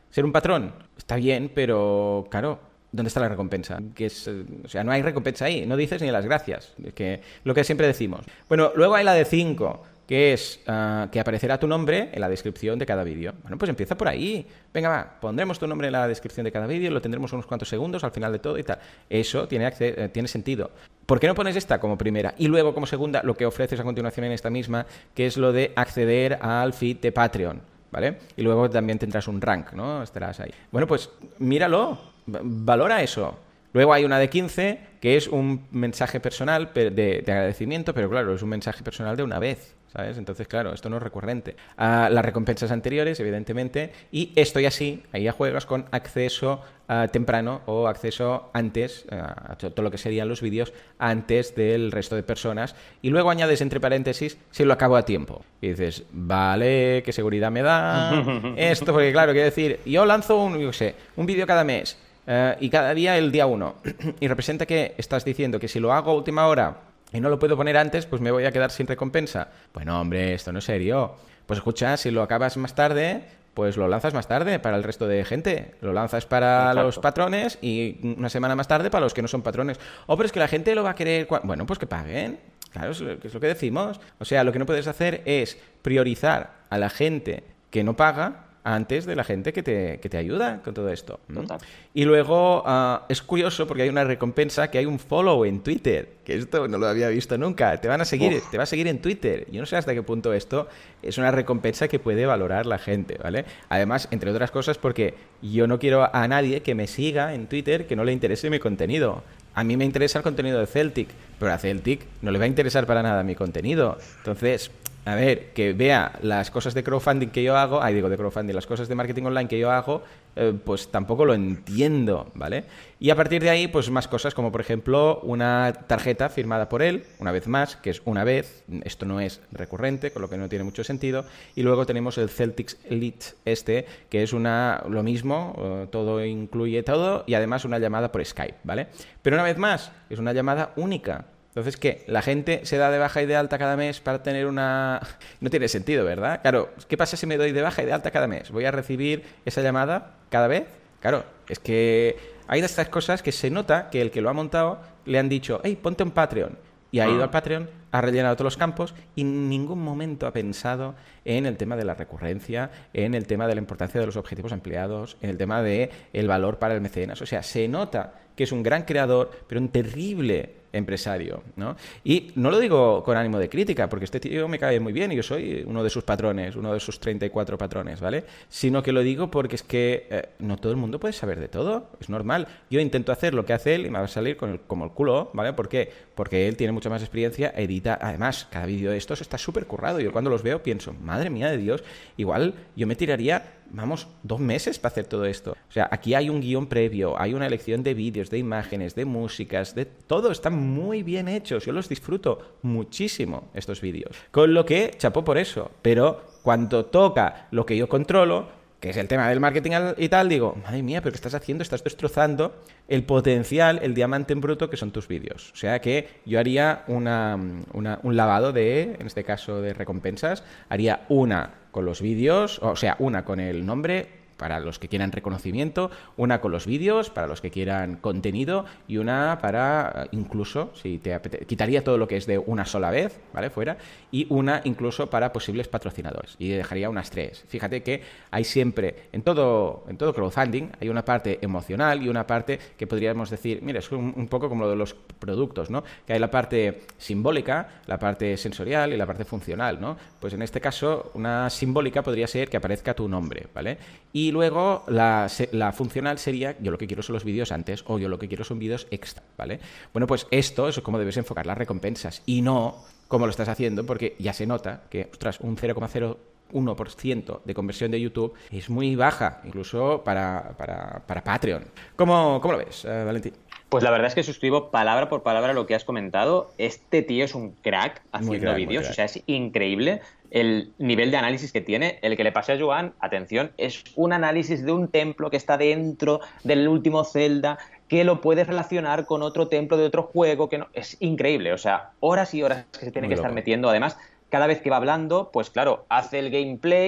Ser un patrón está bien, pero claro, ¿dónde está la recompensa? Que es, o sea, no hay recompensa ahí, no dices ni las gracias, es que lo que siempre decimos. Bueno, luego hay la de cinco, que es uh, que aparecerá tu nombre en la descripción de cada vídeo. Bueno, pues empieza por ahí. Venga, va, pondremos tu nombre en la descripción de cada vídeo, lo tendremos unos cuantos segundos al final de todo y tal. Eso tiene, eh, tiene sentido. ¿Por qué no pones esta como primera? Y luego como segunda, lo que ofreces a continuación en esta misma, que es lo de acceder al feed de Patreon, ¿vale? Y luego también tendrás un rank, ¿no? Estarás ahí. Bueno, pues míralo, valora eso. Luego hay una de quince, que es un mensaje personal de, de agradecimiento, pero claro, es un mensaje personal de una vez, ¿sabes? Entonces, claro, esto no es recurrente. Uh, las recompensas anteriores, evidentemente, y esto y así, ahí ya juegas con acceso uh, temprano o acceso antes, uh, a todo lo que serían los vídeos, antes del resto de personas, y luego añades entre paréntesis si lo acabo a tiempo. Y dices, vale, qué seguridad me da esto, porque claro, quiero decir, yo lanzo un, yo sé, un vídeo cada mes, Uh, y cada día el día uno. Y representa que estás diciendo que si lo hago a última hora y no lo puedo poner antes, pues me voy a quedar sin recompensa. Bueno, hombre, esto no es serio. Pues escucha, si lo acabas más tarde, pues lo lanzas más tarde para el resto de gente. Lo lanzas para Exacto. los patrones y una semana más tarde para los que no son patrones. Oh, pero es que la gente lo va a querer... Bueno, pues que paguen. Claro, es lo que decimos. O sea, lo que no puedes hacer es priorizar a la gente que no paga antes de la gente que te, que te ayuda con todo esto. Total. Y luego uh, es curioso porque hay una recompensa, que hay un follow en Twitter, que esto no lo había visto nunca. Te van a seguir, Uf. te va a seguir en Twitter. Yo no sé hasta qué punto esto es una recompensa que puede valorar la gente, ¿vale? Además, entre otras cosas, porque yo no quiero a nadie que me siga en Twitter que no le interese mi contenido. A mí me interesa el contenido de Celtic, pero a Celtic no le va a interesar para nada mi contenido. Entonces, a ver, que vea las cosas de crowdfunding que yo hago, ay, digo de crowdfunding, las cosas de marketing online que yo hago, eh, pues tampoco lo entiendo, ¿vale? Y a partir de ahí, pues más cosas como, por ejemplo, una tarjeta firmada por él, una vez más, que es una vez, esto no es recurrente, con lo que no tiene mucho sentido, y luego tenemos el Celtics Elite este, que es una lo mismo, eh, todo incluye todo, y además una llamada por Skype, ¿vale? Pero una vez más, es una llamada única. Entonces, ¿qué? ¿La gente se da de baja y de alta cada mes para tener una...? No tiene sentido, ¿verdad? Claro, ¿qué pasa si me doy de baja y de alta cada mes? ¿Voy a recibir esa llamada cada vez? Claro, es que hay de estas cosas que se nota que el que lo ha montado le han dicho, hey, ponte un Patreon. Y ha ido al Patreon, ha rellenado todos los campos y en ningún momento ha pensado en el tema de la recurrencia, en el tema de la importancia de los objetivos empleados, en el tema de el valor para el mecenas. O sea, se nota que es un gran creador, pero un terrible empresario, ¿no? Y no lo digo con ánimo de crítica, porque este tío me cae muy bien y yo soy uno de sus patrones, uno de sus treinta y cuatro patrones, ¿vale? Sino que lo digo porque es que eh, no todo el mundo puede saber de todo, es normal. Yo intento hacer lo que hace él y me va a salir con el, como el culo, ¿vale? ¿Por qué? Porque él tiene mucha más experiencia, edita, además, cada vídeo de estos está súper currado. Yo cuando los veo pienso, madre mía de Dios, igual yo me tiraría, vamos, dos meses para hacer todo esto. O sea, aquí hay un guión previo, hay una elección de vídeos, de imágenes, de músicas, de todo, está muy bien hechos. Yo los disfruto muchísimo, estos vídeos. Con lo que, chapó por eso. Pero cuando toca lo que yo controlo, que es el tema del marketing y tal, digo, madre mía, ¿pero qué estás haciendo? Estás destrozando el potencial, el diamante en bruto que son tus vídeos. O sea que yo haría una, una, un lavado de, en este caso de recompensas, haría una con los vídeos, o sea, una con el nombre para los que quieran reconocimiento, una con los vídeos para los que quieran contenido y una para, incluso, si te apetece, quitaría todo lo que es de una sola vez, ¿vale? Fuera, y una incluso para posibles patrocinadores. Y dejaría unas tres. Fíjate que hay siempre, en todo, en todo crowdfunding, hay una parte emocional y una parte que podríamos decir, mira, es un, un poco como lo de los productos, ¿no? Que hay la parte simbólica, la parte sensorial y la parte funcional, ¿no? Pues en este caso, una simbólica podría ser que aparezca tu nombre, ¿vale? Y luego la, la funcional sería, yo lo que quiero son los vídeos antes, o yo lo que quiero son vídeos extra, ¿vale? Bueno, pues esto es como debes enfocar las recompensas y no como lo estás haciendo, porque ya se nota que, ostras, un cero coma cero uno por ciento de conversión de YouTube es muy baja, incluso para, para, para Patreon. ¿Cómo, cómo lo ves, uh, Valentín? Pues la verdad es que suscribo palabra por palabra lo que has comentado. Este tío es un crack haciendo vídeos, o sea, es increíble el nivel de análisis que tiene. El que le pasé a Joan, atención, es un análisis de un templo que está dentro del último Zelda, que lo puedes relacionar con otro templo de otro juego, que no, es increíble, o sea, horas y horas que se tiene Muy que loco. estar metiendo. Además, cada vez que va hablando, pues claro, hace el gameplay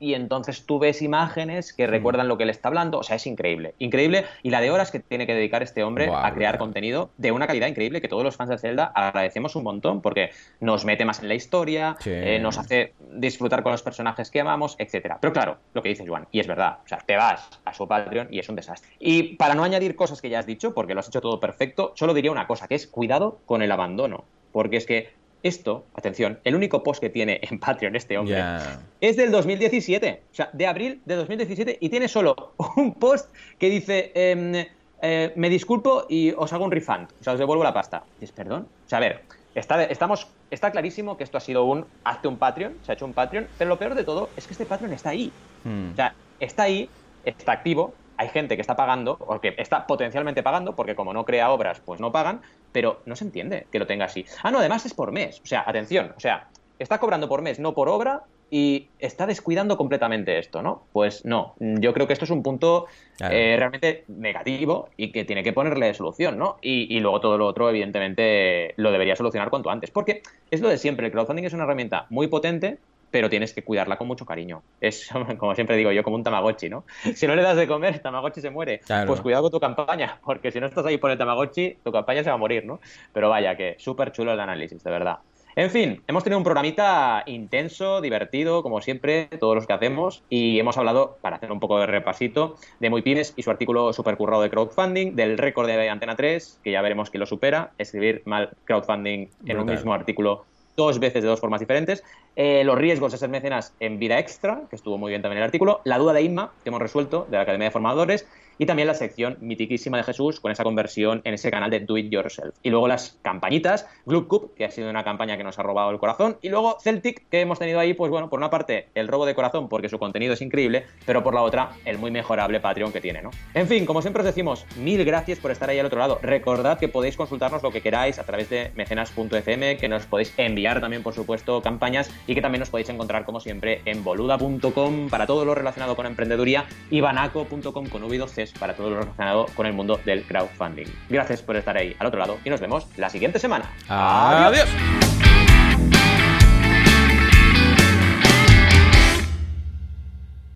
y entonces tú ves imágenes que recuerdan lo que él está hablando. O sea, es increíble, increíble. Y la de horas que tiene que dedicar este hombre Wow, a crear brutal. contenido de una calidad increíble que todos los fans de Zelda agradecemos un montón porque nos mete más en la historia, Sí. eh, nos hace disfrutar con los personajes que amamos, etcétera. Pero claro, lo que dice Joan, y es verdad, o sea, te vas a su Patreon y es un desastre. Y para no añadir cosas que ya has dicho, porque lo has hecho todo perfecto, solo diría una cosa, que es cuidado con el abandono. Porque es que esto, atención, el único post que tiene en Patreon este hombre Ya. es del dos mil diecisiete, o sea, de abril de dos mil diecisiete, y tiene solo un post que dice, eh, eh, me disculpo y os hago un refund, o sea, os devuelvo la pasta. ¿Es perdón? O sea, a ver, está, estamos, está clarísimo que esto ha sido un, hazte un Patreon, se ha hecho un Patreon, pero lo peor de todo es que este Patreon está ahí. Hmm. O sea, está ahí, está activo, hay gente que está pagando, o que está potencialmente pagando, porque como no crea obras, pues no pagan, pero no se entiende que lo tenga así. Ah, no, además es por mes. O sea, atención, o sea, está cobrando por mes, no por obra, y está descuidando completamente esto, ¿no? Pues no, yo creo que esto es un punto Claro. eh, realmente negativo y que tiene que ponerle solución, ¿no? Y, y luego todo lo otro, evidentemente, lo debería solucionar cuanto antes, porque es lo de siempre, el crowdfunding es una herramienta muy potente, pero tienes que cuidarla con mucho cariño. Es, como siempre digo yo, como un Tamagotchi, ¿no? Si no le das de comer, el Tamagotchi se muere. Claro. Pues cuidado con tu campaña, porque si no estás ahí por el Tamagotchi, tu campaña se va a morir, ¿no? Pero vaya, que súper chulo el análisis, de verdad. En fin, hemos tenido un programita intenso, divertido, como siempre, todos los que hacemos, y hemos hablado, para hacer un poco de repasito, de Muy Pymes y su artículo súper currado de crowdfunding, del récord de Antena tres, que ya veremos quién lo supera, escribir mal crowdfunding en un Brutal. mismo artículo dos veces de dos formas diferentes, eh, los riesgos de ser mecenas en Vida Extra, que estuvo muy bien también el artículo, la duda de Inma, que hemos resuelto, de la Academia de Formadores, y también la sección mitiquísima de Jesús con esa conversión en ese canal de Do It Yourself. Y luego las campañitas, Gloop Cup, que ha sido una campaña que nos ha robado el corazón, y luego Celtic, que hemos tenido ahí, pues bueno, por una parte el robo de corazón porque su contenido es increíble, pero por la otra el muy mejorable Patreon que tiene, ¿no? En fin, como siempre os decimos, mil gracias por estar ahí al otro lado. Recordad que podéis consultarnos lo que queráis a través de mecenas punto f m, que nos podéis enviar también, por supuesto, campañas, y que también nos podéis encontrar, como siempre, en boluda punto com para todo lo relacionado con emprendeduría y banaco punto com con V dos Cs para todo lo relacionado con el mundo del crowdfunding. Gracias por estar ahí al otro lado y nos vemos la siguiente semana. Adiós.